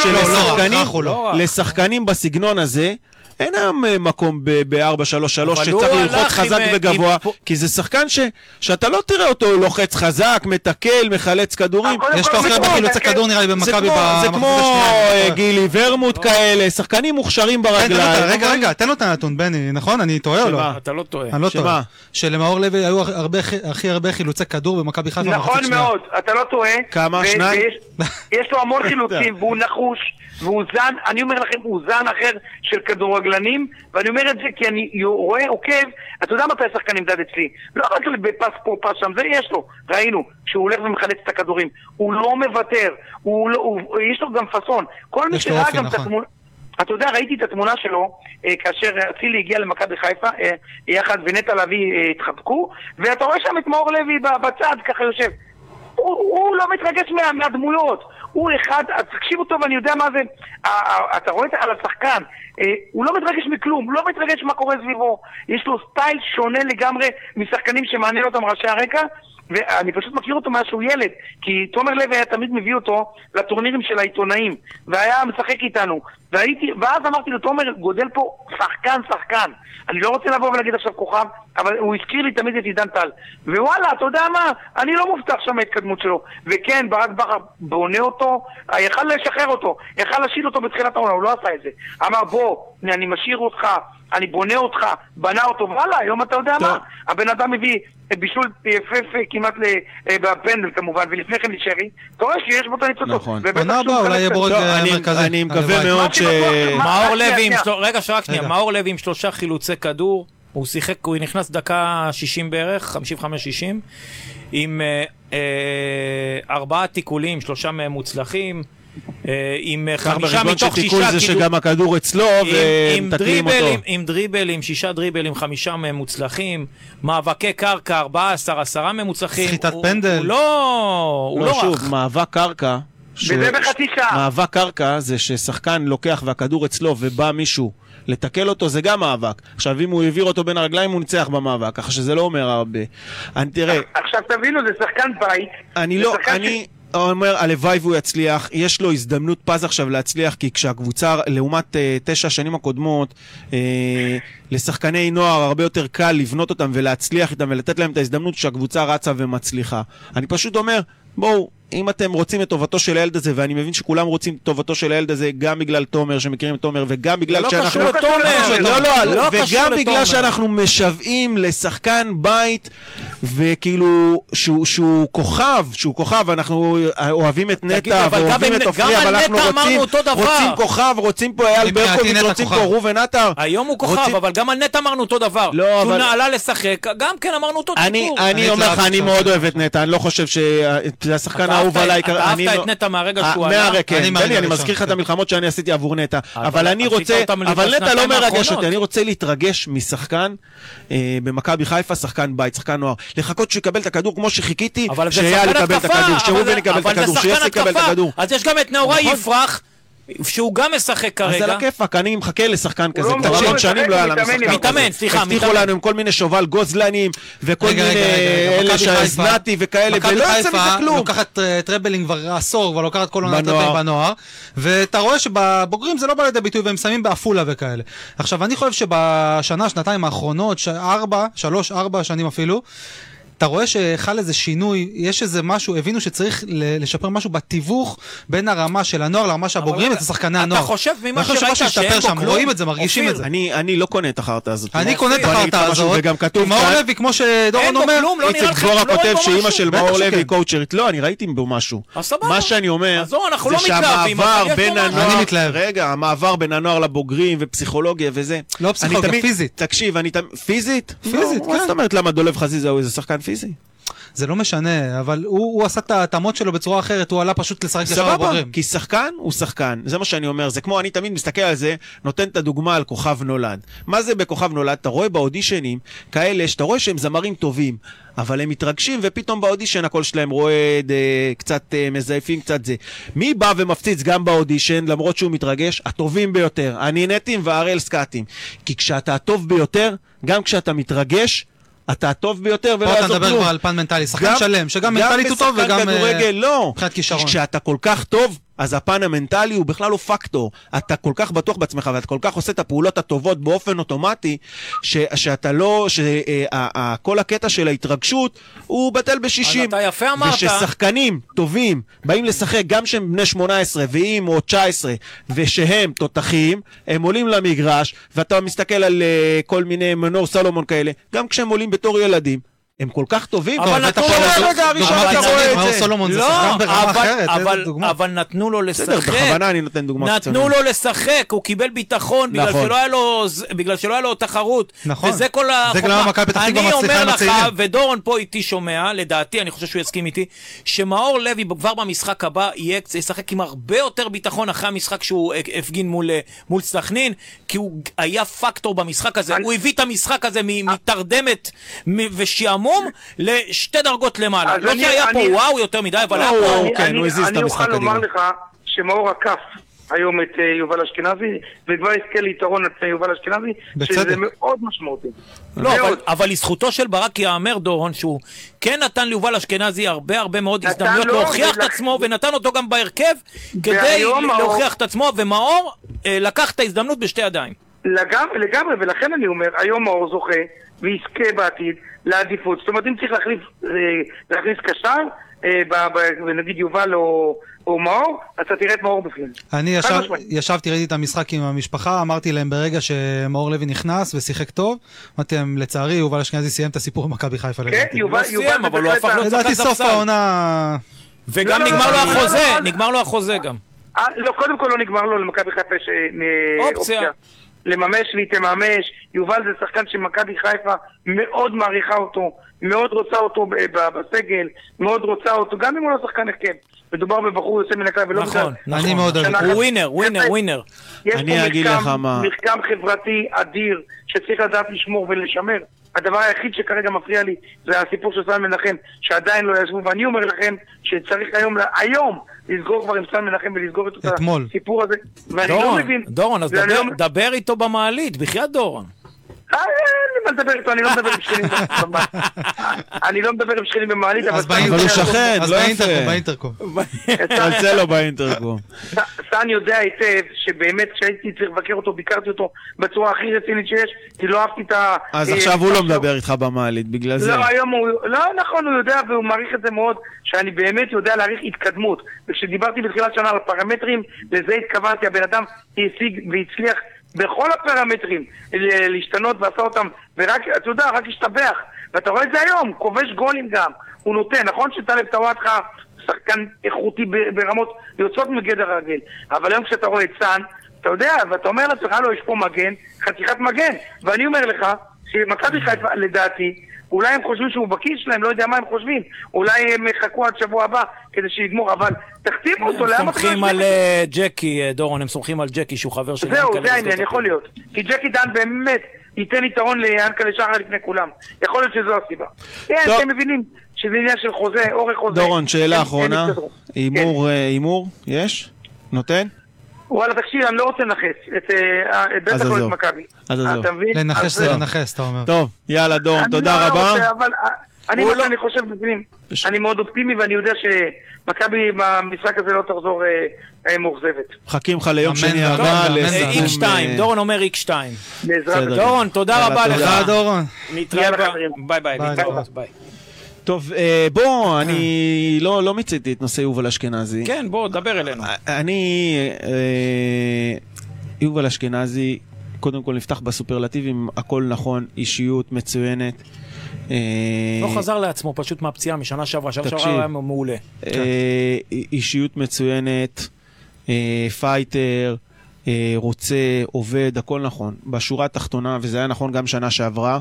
שלשחקנים בסגנון הזה, אין היום מקום ב-4-3-3 שצריך ללחוץ חזק וגבוה, כי זה שחקן שאתה לא תראה אותו לוחץ חזק, מתקל, מחלץ כדורים. יש לו אחר בחילוצי כדור נראה לי במכבי. זה כמו גילי ורמוט כאלה, שחקנים מוכשרים ברגליים. רגע, תן לו את הנתון, בני, נכון? אני טועה או לא? אתה לא טועה. אני לא טועה. שלמאור לוי היו הכי הרבה חילוצי כדור במכבי חיפה. נכון מאוד, אתה לא טועה. כמה? 2? יש לו המון חילוצים, והוא נחוש, והוא זן, אני אומר לכם, הוא זן אחר של כדורגלנים, ואני אומר את זה כי אני רואה, עוקב, אתה יודע מתי השחקן נמדד אצלי? לא רק בפס פה, פס שם, זה יש לו, ראינו, שהוא הולך ומחלץ את הכדורים, הוא לא מוותר, יש לו גם פסון, כל מי שראה גם את התמונה, אתה יודע, ראיתי את התמונה שלו, כאשר אצילי הגיע למכבי חיפה, יחד ונטע לביא התחבקו, ואתה רואה שם את מאור לוי בצד, ככה יושב, הוא לא מתרגש מהדמויות, הוא אחד, תקשיבו טוב, אני יודע מה זה, אתה רואה על השחקן, הוא לא מתרגש מכלום, הוא לא מתרגש מה קורה סביבו, יש לו סטייל שונה לגמרי משחקנים שמעניין אותם ראשי הרקע, ואני פשוט מכיר אותו מאז שהוא ילד, כי תומר לוי היה תמיד מביא אותו לטורנירים של העיתונאים, והיה משחק איתנו, ואז אמרתי לו, תומר גודל פה שחקן, אני לא רוצה לבוא ולהגיד עכשיו כוכב, אבל הוא הזכיר לי תמיד את עידן טל, ווואלה, אתה יודע מה, אני לא מובטח שם ההתקדמות שלו, וכן, ברק בכר בונה אותו, יכל לשחרר אותו, יכל להשאיל אותו בתחילת העונה, הוא לא עשה את זה, אמר בוא, אני משאיר אותך אני בונה אותך, בנה אותו, וואלה, היום אתה יודע מה, הבן אדם מביא בישול יפף כמעט בפנדל כמובן, ולפני כן לשרי, אתה רואה שיש בו את הניצוצות. נכון. עונה הבאה אולי יהיה בורג מרכזי. אני מקווה מאוד מאור לוי, רגע, שרק שנייה, מאור לוי עם 3 חילוצי כדור, הוא שיחק, הוא נכנס דקה 60 בערך, 55-60, עם 4 תיקולים, 3 מהם מוצלחים, עם 5 מתוך 6 תיקול זה שגם הכדור אצלו ומתקנים אותו. עם דריבלים, 6 דריבלים, 5 מהם מוצלחים, מאבקי קרקע 14, 10 מהם מוצלחים. סחיטת פנדל. הוא לא רך. שוב, מאבק קרקע. וזה בחצי שעה. מאבק קרקע זה ששחקן לוקח והכדור אצלו ובא מישהו לתקל אותו, זה גם מאבק. עכשיו, אם הוא העביר אותו בין הרגליים, הוא ניצח במאבק, ככה שזה לא אומר הרבה. תראה... עכשיו תבינו, זה שחקן בית. אני אומר, הלוואי והוא יצליח, יש לו הזדמנות פז עכשיו להצליח, כי כשהקבוצה, לעומת 9 השנים הקודמות, לשחקני נוער הרבה יותר קל לבנות אותם ולהצליח איתם ולתת להם את ההזדמנות שהקבוצה רצה ומצליחה. אני פשוט אומר, בואו, אם אתם רוצים את טובתו של הילד הזה, ואני מבין שכולם רוצים את טובתו של הילד הזה, גם בגלל תומר, שמכירים את תומר, וגם בגלל שאנחנו... וגם בגלל שאנחנו משוועים לשחקן בית, וכאילו, שהוא כוכב, אנחנו אוהבים את נטע, ואוהבים את אופרי, אבל אנחנו רוצים כוכב, רוצים פה אייל ברקוביץ', רוצים פה ראובן עטר. היום הוא כוכב, אבל גם על נטע אמרנו אותו דבר. שהוא נעלה לשחק, גם כן אמרנו אותו סיפור. אני אומר לך, אני מאוד אוהב את נטע, אני לא חושב שזה השחקן האהוב עליי. אתה אהבת את נטע מהרגע שהוא עלה? אני מזכיר לך את המלחמות שאני עשיתי עבור נטע, אבל אני רוצה, אבל נטע לא מרגש אותי, אני רוצה להתרגש משחקן במכבי חיפה, שחקן בית, שחקן נוער, לחכות שהוא יקבל את הכדור כמו שחיכיתי, שאייל יקבל את הכדור, שראובן יקבל את הכדור, שיאסי יקבל את הכדור. אז יש גם את נאורי יפרח, שהוא גם משחק כרגע. אז על הכיפק, אני מחכה לשחקן כזה. כבר המון שנים לא היה לנו שחקן כזה. מתאמן, סליחה. הבטיחו לנו עם כל מיני שובל גוזלנים, וכל מיני אלה שהזנתי וכאלה, ולא יצא מזה כלום. לוקחת טרבלינג כבר עשור, כבר לוקחת כל עונה טרבלינג בנוער, ואתה רואה שבבוגרים זה לא בא לידי ביטוי, והם שמים באפולה וכאלה. עכשיו, אני חושב שבשנה, שנתיים האחרונות, 3-4 שנים אפילו, אתה רואה שחל איזה שינוי, יש איזה משהו, הבינו שצריך לשפר משהו בתיווך בין הרמה של הנוער לרמה של הבוגרים, את השחקני הנוער. אתה חושב ממה שראית שאין בו כלום? רואים את זה, מרגישים את זה. אני לא קונה את החרטה הזאת. אני קונה את החרטה הזאת, וגם כתוב מאור לוי, כמו שדורון אומר, איציק דבורה כותב שאמא של מאור לוי קואוצ'רית. לא, אני ראיתי בו משהו. מה שאני אומר, זה שהמעבר בין הנוער לבוגרים ופסיכולוגיה וזה. לא פסיכולוגיה, פיזית. תקשיב, פיזית? פיזית, כן. מה זאת אומרת למה דולב חזיזה הוא איזה שחקן פיזי? זה לא משנה, אבל הוא עשה את ההתאמות שלו בצורה אחרת, הוא עלה פשוט לשחק ישר בבוגרים. כי שחקן הוא שחקן, זה מה שאני אומר, זה כמו אני תמיד מסתכל על זה, נותן את הדוגמה על כוכב נולד. מה זה בכוכב נולד? אתה רואה באודישנים כאלה שאתה רואה שהם זמרים טובים, אבל הם מתרגשים ופתאום באודישן הקול שלהם רועד, קצת מזייפים, קצת זה. מי בא ומפציץ גם באודישן, למרות שהוא מתרגש? הטובים ביותר, הנינטים והאריאל סקאטים. כי כשאתה הטוב ביותר, גם כשאתה מתרגש, אתה הטוב ביותר ולא יעזור כלום. אתה מדבר כבר על פן מנטלי, שחקן שלם, שגם מנטלית הוא טוב וגם מבחינת כישרון. כשאתה כל כך טוב, אז הפן המנטלי הוא בכלל לא פקטור. אתה כל כך בטוח בעצמך, ואתה כל כך עושה את הפעולות הטובות באופן אוטומטי, שאתה לא, כל הקטע של ההתרגשות הוא בטל ב-60. אז אתה יפה אמרת. וששחקנים טובים באים לשחק, גם שהם בני 18 ואם או 19, ושהם תותחים, הם עולים למגרש, ואתה מסתכל על כל מיני מנור סלומון כאלה, גם כשהם עולים בתור ילדים, הם כל כך טובים, אבל נתנו לו רגע הראשון אתה רואה את זה. סולומון זה שחקן ברמה אחרת, אבל נתנו לו לשחק. בכוונה אני נותן דוגמה. נתנו לו לשחק, הוא קיבל ביטחון בגלל שלא היה לו תחרות. וזה כל החובה. אני אומר לך, ודורון פה איתי שומע, לדעתי, אני חושב שהוא יסכים איתי, שמאור לוי כבר במשחק הבא ישחק עם הרבה יותר ביטחון אחרי המשחק שהוא הפגין מול סכנין, כי הוא היה פקטור במשחק הזה. הוא הביא את המשחק הזה מתרדמת ושעמום לשתי דרגות למעלה. לא שהיה פה וואו יותר מדי, אבל היה פה... הוא הזיז את המשחק. אני אוכל לומר לך שמאור עקף היום את יובל אשכנזי, וכבר יזכה ליתרון את יובל אשכנזי, שזה מאוד משמעותי. לא, אבל לזכותו של ברק יאמר דורון, שהוא כן נתן ליובל אשכנזי הרבה מאוד הזדמנויות להוכיח את עצמו, ונתן אותו גם בהרכב, כדי להוכיח את עצמו, ומאור לקח את ההזדמנות בשתי ידיים. לגמרי, ולכן אני אומר, היום מאור זוכה ויזכה בעתיד לעדיפות. זאת אומרת, אם צריך להכניס קשר, נגיד יובל או מאור, אז אתה תראה את מאור בפנים. אני ישבתי, ראיתי את המשחק עם המשפחה, אמרתי להם ברגע שמאור לוי נכנס ושיחק טוב, אמרתי להם, לצערי, יובל אשכנזי סיים את הסיפור עם מכבי חיפה. כן, יובל סיים, אבל הוא הפך לו לדעתי סוף העונה... וגם נגמר לו החוזה, נגמר לו החוזה גם. לא, קודם כל לא נגמר לו למכבי חיפה אופציה. לממש תממש. יובל זה שחקן שמכבי חיפה מאוד מעריכה אותו, מאוד רוצה אותו בסגל, מאוד רוצה אותו, גם אם הוא לא שחקן הרכב. מדובר בבחור יוצא מן הכלל ולא... נכון, אני מאוד אוהב. הוא ווינר. יש פה מרקם חברתי אדיר שצריך לדעת לשמור ולשמר. הדבר היחיד שכרגע מפריע לי זה הסיפור של סן מנחם, שעדיין לא ישבו, ואני אומר לכם שצריך היום לסגור כבר עם סן מנחם ולסגור את הסיפור הזה. ואני לא מבין... דורון, אז דבר איתו במעלית, בחייאת דורון. אין לי מה לדבר איתו, אני לא מדבר עם שכנים במעלית. אני לא מדבר עם שכנים במעלית, אבל הוא שכן, לא באינטרקום. תלצה לו באינטרקום. סן יודע היטב שבאמת כשהייתי צריך לבקר אותו, ביקרתי אותו בצורה הכי רצינית שיש, כי לא אהבתי את ה... אז עכשיו הוא לא מדבר איתך במעלית, בגלל זה. לא, היום הוא... לא, נכון, הוא יודע והוא מעריך את זה מאוד, שאני באמת יודע להעריך התקדמות. וכשדיברתי בתחילת שנה על הפרמטרים, לזה התכוונתי, הבן אדם השיג והצליח בכל הפרמטרים להשתנות ועשה אותם, ורק, אתה יודע, רק השתבח. ואתה רואה את זה היום, כובש גולים גם. הוא נותן, נכון שטלב טוואטחה שחקן איכותי ברמות יוצאות מגדר הרגל. אבל היום כשאתה רואה את סן, אתה יודע, ואתה אומר לעצמך, לא, יש פה מגן, חתיכת מגן. ואני אומר לך, שמכבי חיפה, לדעתי, אולי הם חושבים שהוא בכיס שלהם, לא יודע מה הם חושבים. אולי הם יחכו עד שבוע הבא כדי שיגמור, אבל תחתימו אותו. הם סומכים על ג'קי, דורון, הם סומכים על ג'קי שהוא חבר של זהו, זה העניין, יכול להיות. כי ג'קי דן באמת ייתן יתרון ליענקל'ה שחר לפני כולם. יכול להיות שזו הסיבה. כן, אתם מבינים שזה עניין של חוזה, אורך חוזה. דורון, שאלה אחרונה. הימור, יש? נותן? וואלה, תקשיב, אני לא רוצה לנחס את בטח לא את מכבי. לנחש זה לנחש, אתה אומר. טוב, יאללה דורון, תודה רבה. אני חושב בפנים, אני מאוד אופטימי ואני יודע שמכבי במשחק הזה לא תחזור מאוכזבת. מחכים לך ליום שני הבא. X2, דורון אומר X2. דורון, תודה רבה לך. תודה דורון. נתראה, ביי ביי. טוב, בוא, אני לא מיציתי את נושא יובל אשכנזי. כן, בוא, דבר אלינו. יובל אשכנזי, קודם כל נפתח בסופרלטיבים, הכל נכון, אישיות מצוינת. לא חזר לעצמו, פשוט מהפציעה, משנה שעברה, היה מעולה. אישיות מצוינת, פייטר, רוצה, עובד, הכל נכון. בשורה התחתונה, וזה היה נכון גם שנה שעברה,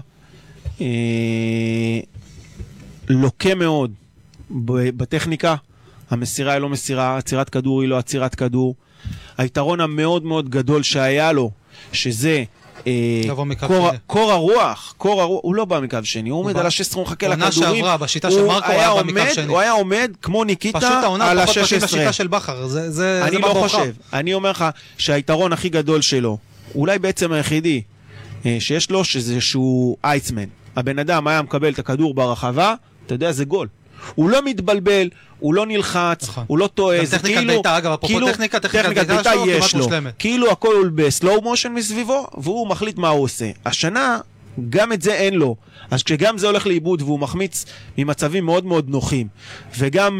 לוקה מאוד בטכניקה, המסירה היא לא מסירה, עצירת כדור היא לא עצירת כדור. היתרון המאוד מאוד גדול שהיה לו, שזה קור הרוח, הוא לא בא מקו שני, הוא עומד על ה-16, הוא מחכה לכדורים, הוא היה עומד כמו ניקיטה על ה-16. פשוט בשיטה של בחר, זה אני לא חושב, אני אומר לך שהיתרון הכי גדול שלו, אולי בעצם היחידי שיש לו, שזה שהוא אייסמן. הבן אדם היה מקבל את הכדור ברחבה, אתה יודע, זה גול. הוא לא מתבלבל, הוא לא נלחץ, הוא לא טועה, זה כאילו... טכניקת ביתה יש לו. כאילו הכל הוא בסלואו מושן מסביבו, והוא מחליט מה הוא עושה. השנה, גם את זה אין לו. אז כשגם זה הולך לאיבוד, והוא מחמיץ ממצבים מאוד מאוד נוחים, וגם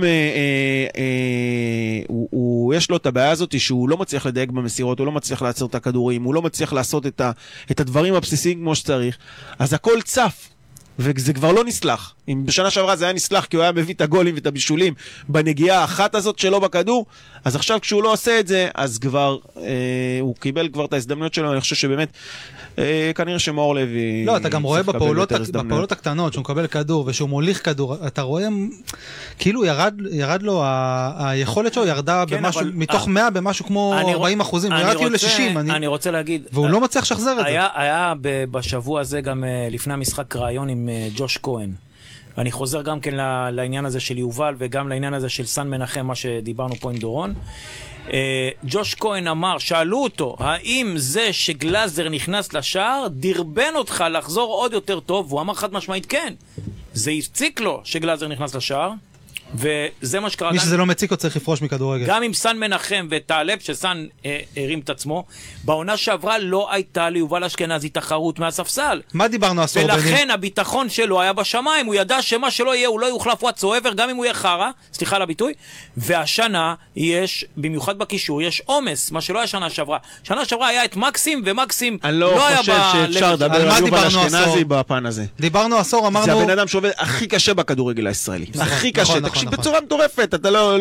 יש לו את הבעיה הזאת שהוא לא מצליח לדייק במסירות, הוא לא מצליח לעצור את הכדורים, הוא לא מצליח לעשות את הדברים הבסיסיים כמו שצריך, אז הכל צף. וזה כבר לא נסלח. אם בשנה שעברה זה היה נסלח כי הוא היה מביא את הגולים ואת הבישולים בנגיעה האחת הזאת שלו בכדור, אז עכשיו כשהוא לא עושה את זה, אז כבר הוא קיבל כבר את ההזדמנויות שלו. אני חושב שבאמת כנראה שמאור לוי... לא, אתה גם רואה בפעולות הקטנות שהוא מקבל כדור ושהוא מוליך כדור, אתה רואה כאילו ירד לו, היכולת שלו ירדה במשהו, מתוך 100 במשהו כמו 40%, ירד כאילו ל-60. אני רוצה להגיד... והוא לא מצליח לשחזר את זה. היה בשבוע הזה גם לפני המשחק רעיון עם ג'וש כהן. ואני חוזר גם כן לעניין הזה של יובל וגם לעניין הזה של סן מנחם, מה שדיברנו פה עם דורון. ג'וש כהן אמר, שאלו אותו, האם זה שגלאזר נכנס לשער דרבן אותך לחזור עוד יותר טוב? והוא אמר חד משמעית כן. זה הפציק לו שגלאזר נכנס לשער. וזה מה שקרה. מי שזה לא מציק, הוא צריך לפרוש מכדורגל. גם עם סן מנחם וטלב, שסן הרים את עצמו, בעונה שעברה לא הייתה ליובל אשכנזי תחרות מהספסל. מה דיברנו עשור בני? ולכן הביטחון שלו היה בשמיים, הוא ידע שמה שלא יהיה, הוא לא יוחלף whatsoever, גם אם הוא יהיה חרה, סליחה על הביטוי, והשנה יש, במיוחד בקישור, יש עומס, מה שלא היה שנה שעברה. שנה שעברה היה את מקסים, ומקסים לא היה אני לא חושב שאפשר לדבר על יובל אשכנזי בפן הזה. דיברנו עשור, אמרנו... זה הבן אדם שעובד הכי קשה בכדורגל הישראלי. הכי קשה, תקשיב בצורה מטורפת, אתה לא...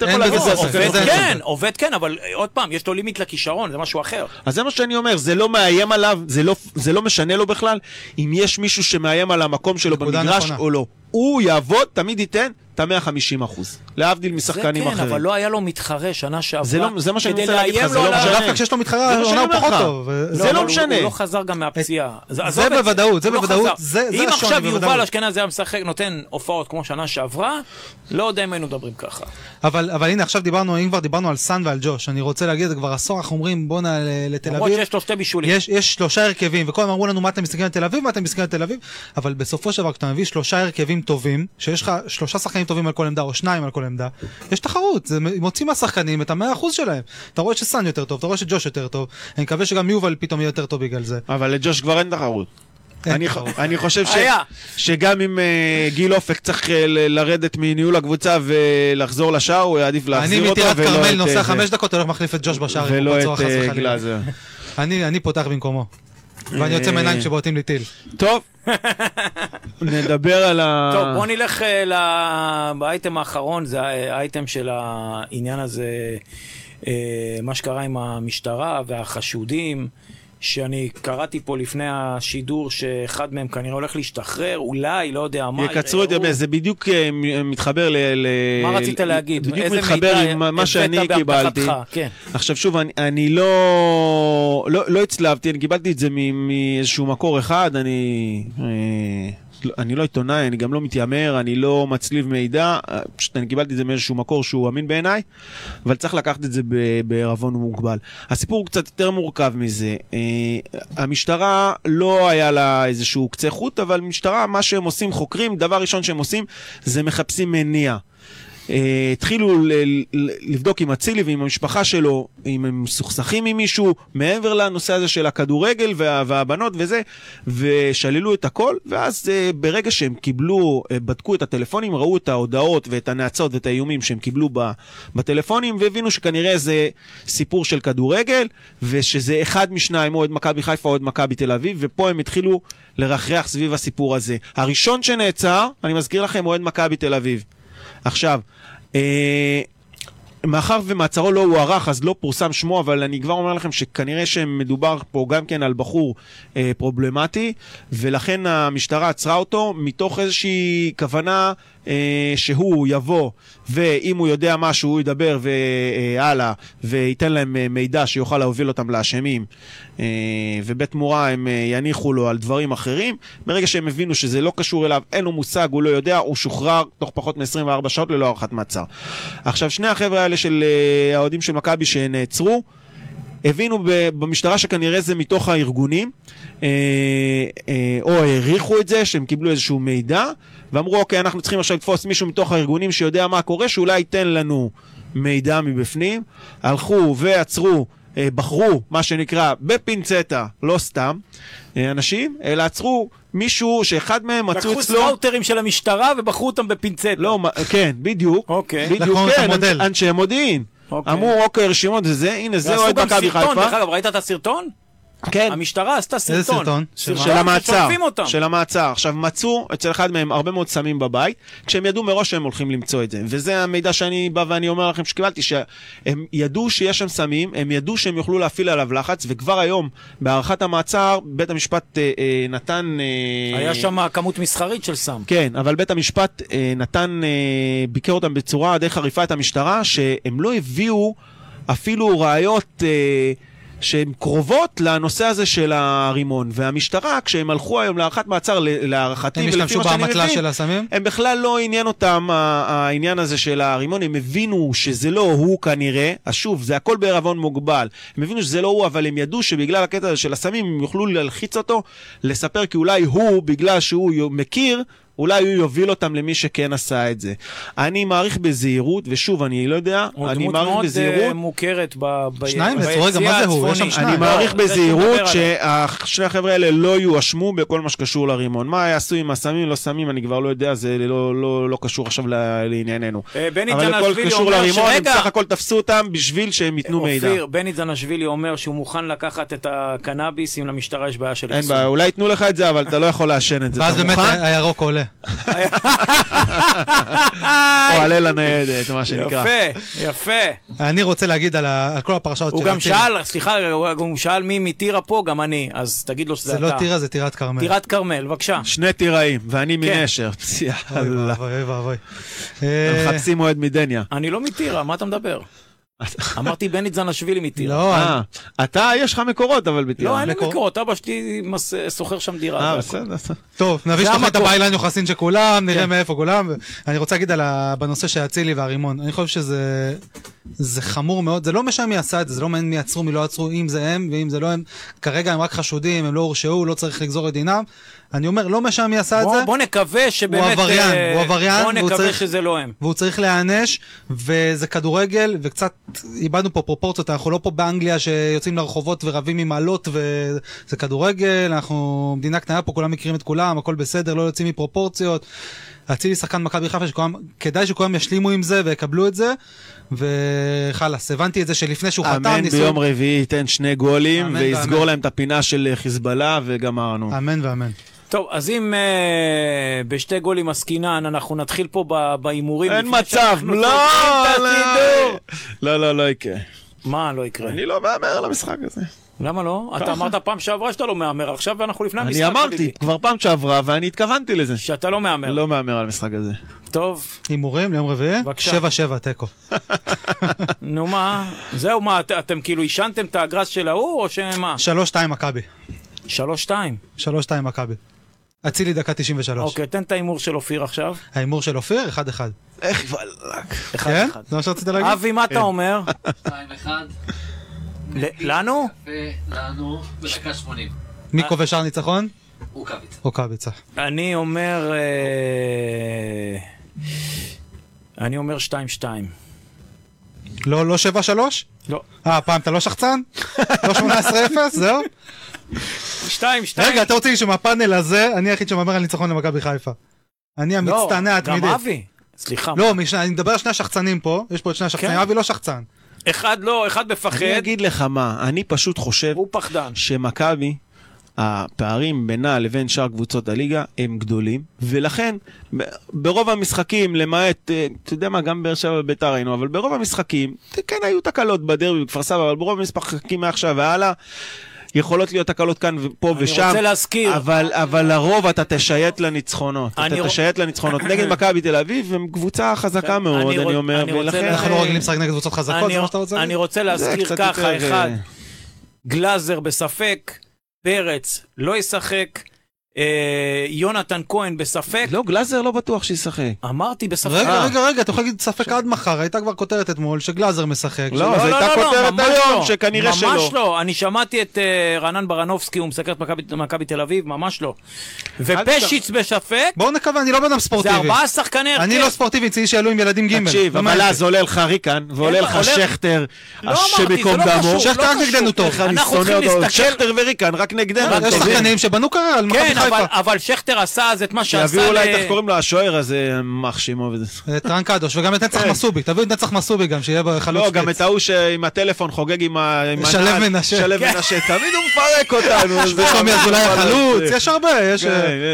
עובד כן, אבל עוד פעם, יש לו לימיט לכישרון, זה משהו אחר. אז זה מה שאני אומר, זה לא מאיים עליו, זה לא משנה לו בכלל, אם יש מישהו שמאיים על המקום שלו במגרש או לא. הוא יעבוד, תמיד ייתן את ה-150%. להבדיל משחקנים אחרים. זה כן, אבל לא היה לו מתחרה שנה שעברה. זה מה שאני רוצה להגיד לך, זה לא משנה. שרפק שיש לו מתחרה, הוא פחות טוב. זה לא משנה. הוא לא חזר גם מהפציעה. זה בוודאות, זה בוודאות. אם עכשיו יובל אשכנזי היה משחק, נותן הופעות כמו שנה שעברה, לא יודע אם היינו מדברים ככה. אבל הנה, עכשיו דיברנו, אם כבר דיברנו על סן ועל ג'וש, אני רוצה להגיד, כבר עשור אנחנו אומרים, בוא נע לתל אביב. למרות שיש לו שתי בישולים. יש 3 הרכבים, וכל אמרו לנו מה אתם מסתכלים על תל אביב, מה אתם מסתכלים על תל אביב, אבל בסופו של דבר, כשאתה מביא 3 הרכבים טובים, שיש לך 3 שחקנים טובים על כל עמדה, או 2 על כל עמדה, יש תחרות, זה מוצאים מהשחקנים את ה-100% שלהם. אתה רואה שסן יותר טוב, אתה רואה שג'וש יותר טוב, אני מקווה שגם יובל פתאום יהיה יותר טוב בגלל זה. אבל לג'וש כבר אין תחרות. אני חושב שגם אם גיל אופק צריך לרדת מניהול הקבוצה ולחזור לשער, הוא יעדיף להחזיר אותו. אני מטירת קרמל נוסע 5 דקות, הולך מחליף את ג'וש בשער. ולא את גלאזר. אני פותח במקומו. ואני יוצא מעיניים שבועטים לי טיל. טוב, נדבר על טוב, בוא נלך באייטם האחרון, זה האייטם של העניין הזה, מה שקרה עם המשטרה והחשודים, שאני קראתי פה לפני השידור שאחד מהם כנראה הולך להשתחרר, אולי, לא יודע מה. יקצרו את זה, זה בדיוק מתחבר מה רצית להגיד? בדיוק מתחבר עם מה שאני קיבלתי. עכשיו שוב, אני לא הצלבתי, אני קיבלתי את זה מאיזשהו מקור אחד, אני לא עיתונאי, אני גם לא מתיימר, אני לא מצליב מידע, פשוט אני קיבלתי את זה מאיזשהו מקור שהוא אמין בעיניי, אבל צריך לקחת את זה בערבון מוגבל. הסיפור הוא קצת יותר מורכב מזה. המשטרה לא היה לה איזשהו קצה חוט, אבל משטרה, מה שהם עושים, חוקרים, דבר ראשון שהם עושים, זה מחפשים מניע. התחילו לבדוק עם הצילי ועם המשפחה שלו, אם הם סוכסכים עם מישהו, מעבר לנושא הזה של הכדורגל והבנות וזה, ושללו את הכל, ואז ברגע שהם קיבלו, בדקו את הטלפונים, ראו את ההודעות ואת הנעצות ואת האיומים שהם קיבלו בטלפונים, והבינו שכנראה זה סיפור של כדורגל, ושזה אחד משניים, או את מכבי חיפה או את מכבי תל אביב, ופה הם התחילו לרחרח סביב הסיפור הזה. הראשון שנעצר, אני מזכיר לכם, הוא את מכבי תל אביב. עכשיו, מאחר ומעצרו לא הוארך, אז לא פורסם שמו, אבל אני כבר אומר לכם שכנראה שמדובר פה גם כן על בחור פרובלמטי, ולכן המשטרה עצרה אותו מתוך איזושהי כוונה שהוא יבוא, ואם הוא יודע משהו הוא ידבר והלאה, וייתן להם מידע שיוכל להוביל אותם לאשמים, ובתמורה הם יניחו לו על דברים אחרים. ברגע שהם הבינו שזה לא קשור אליו, אין לו מושג, הוא לא יודע, הוא שוחרר תוך פחות מ-24 שעות ללא הארכת מעצר. עכשיו, שני החבר'ה האלה של האוהדים של מכבי שנעצרו, הבינו במשטרה שכנראה זה מתוך הארגונים, או העריכו את זה, שהם קיבלו איזשהו מידע, ואמרו, אוקיי, אנחנו צריכים עכשיו לתפוס מישהו מתוך הארגונים שיודע מה קורה, שאולי ייתן לנו מידע מבפנים. הלכו ועצרו, בחרו, מה שנקרא, בפינצטה, לא סתם, אנשים, אלא עצרו מישהו שאחד מהם מצאו אצלו... לקחו סקאוטרים של המשטרה ובחרו אותם בפינצטה. לא, כן, בדיוק. אוקיי. בדיוק, כן, אנשי מודיעין. אמרו, אוקיי, רשימות וזה, הנה, זה אוהד מכבי חיפה. דרך אגב, ראית את הסרטון? כן. המשטרה עשתה סרטון. איזה סרטון? של המעצר. של המעצר. עכשיו, מצאו אצל אחד מהם הרבה מאוד סמים בבית, כשהם ידעו מראש שהם הולכים למצוא את זה. וזה המידע שאני בא ואני אומר לכם שקיבלתי, שהם ידעו שיש שם סמים, הם ידעו שהם יוכלו להפעיל עליו לחץ, וכבר היום, בהערכת המעצר, בית המשפט נתן... היה שם כמות מסחרית של סם. כן, אבל בית המשפט נתן, ביקר אותם בצורה די חריפה את המשטרה, שהם לא הביאו אפילו ראיות... שהן קרובות לנושא הזה של הרימון, והמשטרה, כשהם הלכו היום להערכת מעצר, להערכתי, הם השתמשו באמתלה של הסמים? הם בכלל לא עניין אותם, העניין הזה של הרימון, הם הבינו שזה לא הוא כנראה, אז שוב, זה הכל בערבון מוגבל, הם הבינו שזה לא הוא, אבל הם ידעו שבגלל הקטע הזה של הסמים, הם יוכלו להלחיץ אותו, לספר כי אולי הוא, בגלל שהוא מכיר, אולי הוא יוביל אותם למי שכן עשה את זה. אני מעריך בזהירות, ושוב, אני לא יודע, אני מעריך בזהירות... הוא דמות מאוד מוכרת שניים, רגע, מה זה הוא? יש שם שניים. אני מעריך בזהירות ששני החבר'ה האלה לא יואשמו בכל מה שקשור לרימון. מה יעשו עם הסמים, לא סמים, אני כבר לא יודע, זה לא קשור עכשיו לענייננו. בני אבל לכל זנשווילי קשור אומר לרימון, הם שרגע... בסך הכל תפסו אותם בשביל שהם ייתנו מידע. אופיר, בני זנשווילי אומר שהוא מוכן לקחת את הקנאביס אם למשטרה יש בעיה של אין בעיה, אולי ייתנו לך את זה, אבל אתה לא יכול לעשן את זה. ואז באמת הירוק עולה. או עלה לניידת, מה שנקרא. יפה. אני רוצה להגיד על כל הפרשאות הוא גם שאל, סליחה, הוא שאל מי מטירה פה, גם אני, אז תגיד לו שזה אתה. זה לא טירה, זה טירת כרמל. טירת כרמל, בבקשה. שני טיראים, ואני מנשר. אוי ואבוי. מחפשים מועד מדניה. אני לא מטירה, מה אתה מדבר? אמרתי בני זנשווילי מטירה. לא, אתה, יש לך מקורות, אבל בטירה. לא, אין לי מקורות, אבא שלי סוחר שם דירה. בסדר. טוב, נביא שתוכנית הבאילן יוחסין של כולם, נראה מאיפה כולם. אני רוצה להגיד בנושא של אצילי והרימון. אני חושב שזה חמור מאוד. זה לא משנה מי עשה את זה, זה לא מעניין מי עצרו, מי לא עצרו, אם זה הם ואם זה לא הם. כרגע הם רק חשודים, הם לא הורשעו, לא צריך לגזור את דינם. אני אומר, לא משנה מי עשה את זה. בוא נקווה שבאמת... הוא עבריין, בוא נקווה שזה לא הם. והוא צריך להיענש, וזה כדורגל, וקצת איבדנו פה פרופורציות, אנחנו לא פה באנגליה שיוצאים לרחובות ורבים עם מעלות, וזה כדורגל, אנחנו מדינה קטנה פה, כולם מכירים את כולם, הכל בסדר, לא יוצאים מפרופורציות. אצילי שחקן מכבי חיפה, כדאי שכולם ישלימו עם זה ויקבלו את זה, וחלס, הבנתי את זה שלפני שהוא חתם... אמן ביום רביעי ייתן 2 גולים, ויסגור להם את הפינה של חיזבאללה, וגמרנו. אמן ואמן. טוב, אז אם בשתי גולים עסקינן, אנחנו נתחיל פה באימורים. אין מצב, לא יקרה. מה לא יקרה? אני לא מאמר על המשחק הזה. למה לא? אתה אמרת פעם שעברה שאתה לא מאמר, עכשיו ואנחנו לפני המשחק. אני אמרתי, כבר פעם שעברה, ואני התכוונתי לזה. שאתה לא מאמר. לא מאמר על המשחק הזה. טוב. אימורים ליום רביעי? 7-7, תיקו. נו מה? זהו מה, אתם כאילו אישנתם את האגרס של ההוא, או שמה? 3-2 מכבי. 3-2? 3-2 מכבי. אצילי דקה 93. אוקיי, תן את האימור של אופיר עכשיו. האימור של אופיר? 1-1. איך ולק. כן? זה מה שרצית להגיד? אבי, מה אתה אומר? 2-1. לנו? לנו בדקה 80. מי כובש שער ניצחון? רוקאביצה. אני אומר... אני אומר 2-2. לא 7-3? לא. פעם אתה לא שחצן? לא 18-0? זהו? 2-2. רגע, אתה רוצה לי שמהפאנל הזה, אני היחיד שמאמר על ניצחון למכבי חיפה. אני המצטענה התמידי. גם אבי. סליחה. לא, אני מדבר על שני השחצנים פה, יש פה את שני השחצנים, אבי לא שחצן. אחד לא, אחד מפחד. אני אגיד לך מה, אני פשוט חושב הוא פחדן. שמכבי, הפערים בינה לבין שאר קבוצות הליגה הם גדולים, ולכן ברוב המשחקים, למעט, אתה יודע מה, גם באר שבע וביתר היינו, אבל ברוב המשחקים, כן היו תקלות בדרבי בכפר סבא, אבל ברוב המשחקים מעכשיו והלאה, יכולות להיות תקלות כאן ופה ושם. אני רוצה להזכיר. אבל לרוב אתה תשייט לניצחונות. אתה תשייט לניצחונות נגד מכבי תל אביב, הם קבוצה חזקה מאוד, אני אומר. אנחנו לא רגילים לשחק נגד קבוצות חזקות, זה מה שאתה רוצה? אני רוצה להזכיר ככה, אחד, גלאזר בספק, פרץ לא ישחק, יונתן כהן בספק. לא, גלאזר לא בטוח שישחק. אמרתי בספק. רגע, אתה יכול להגיד ספק עד מחר, הייתה כבר כותרת אתמול שגלאזר משחק. לא, זו הייתה כותרת היום, שכנראה שלא. ממש לא, אני שמעתי את רענן ברנובסקי, הוא מסקר את מכבי תל אביב, ממש לא. ופשיץ בספק. בואו נקווה, אני לא בן אדם ספורטיבי. זה 4 שחקני הרכב. אני לא ספורטיבי, צריך שיעלו עם ילדים ג'. תקשיב, אבל אז עולה לך ריקן, ועולה לך שכטר, שבקום דמו. שכטר רק נגדנו טוב. שכטר וריקן, רק נגדנו. יש שחקנים שבנו קריירה על מכבי חיפה. אבל שכטר עשה אז את מה שעשה... יביאו אולי, איך קוראים לו, השוער הזה, מחשימו וזה. טרן קדוש, וגם את נצח מסובי, תביאו את נצח מסובי גם, שיהיה בחלוץ שפיץ. לא, גם את ההוא שעם הטלפון חוגג עם שלב מנשה. שלב מנשה, תמיד הוא מפרק אותנו. שלומי אזולאי החלוץ, יש הרבה, יש...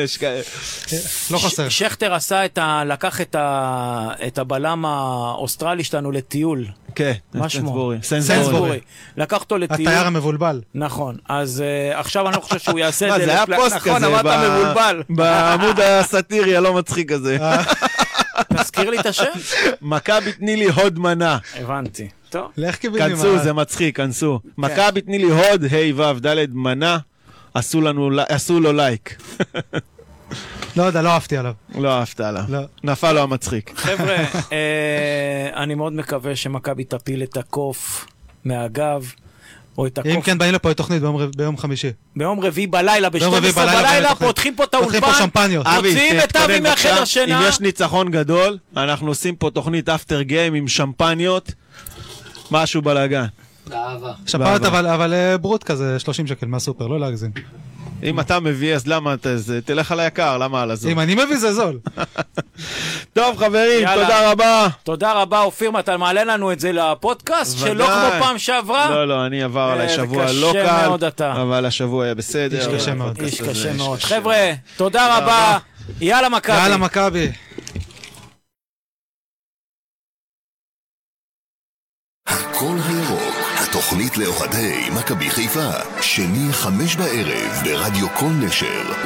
לא חסר. שכטר עשה לקח את הבלם האוסטרלי שלנו לטיול. כן, מה שמו? סנסבורי. לקח אותו לטיול. התייר המבולבל. נכון, אז עכשיו אני לא חושב שהוא יעשה את זה. זה היה פוסט כזה. נכון, אמרת מבולבל. בעמוד הסאטירי הלא מצחיק הזה. תזכיר לי את השם? מכבי תני לי הוד מנה. הבנתי. טוב. כנסו, זה מצחיק, כנסו. מכבי תני לי הוד, ה' ו' ד' מנה, עשו לו לייק. לא יודע, לא אהבתי עליו. לא אהבת עליו. נפל לו המצחיק. חבר'ה, אני מאוד מקווה שמכבי תפיל את הקוף מהגב. או את אם כן, באים לפה תוכנית ביום חמישי. ביום רביעי בלילה, ב-12 בלילה, פותחים פה את האולפן, פותחים פה שמפניות. מוציאים את אבי מהחדר שינה. אם יש ניצחון גדול, אנחנו עושים פה תוכנית אפטר גיים עם שמפניות, משהו בלגן. באהבה. שפעת אבל ברוט כזה 30 שקל מהסופר, לא להגזים. אם אתה מביא, אז למה תלך על היקר, למה על הזול? אם אני מביא זה זול. טוב חברים, תודה רבה. תודה רבה, אופיר, אתה מעלה לנו את זה לפודקאסט, שלא כמו פעם שעברה? לא, אני עבר עליי שבוע לא קל, אבל השבוע היה בסדר. איש קשה מאוד. איש קשה מאוד. חבר'ה, תודה רבה, יאללה מכבי. יאללה מכבי. הכל הירוק, התוכנית לאוהדי מכבי חיפה, שני 5 בערב ברדיו כל נשר.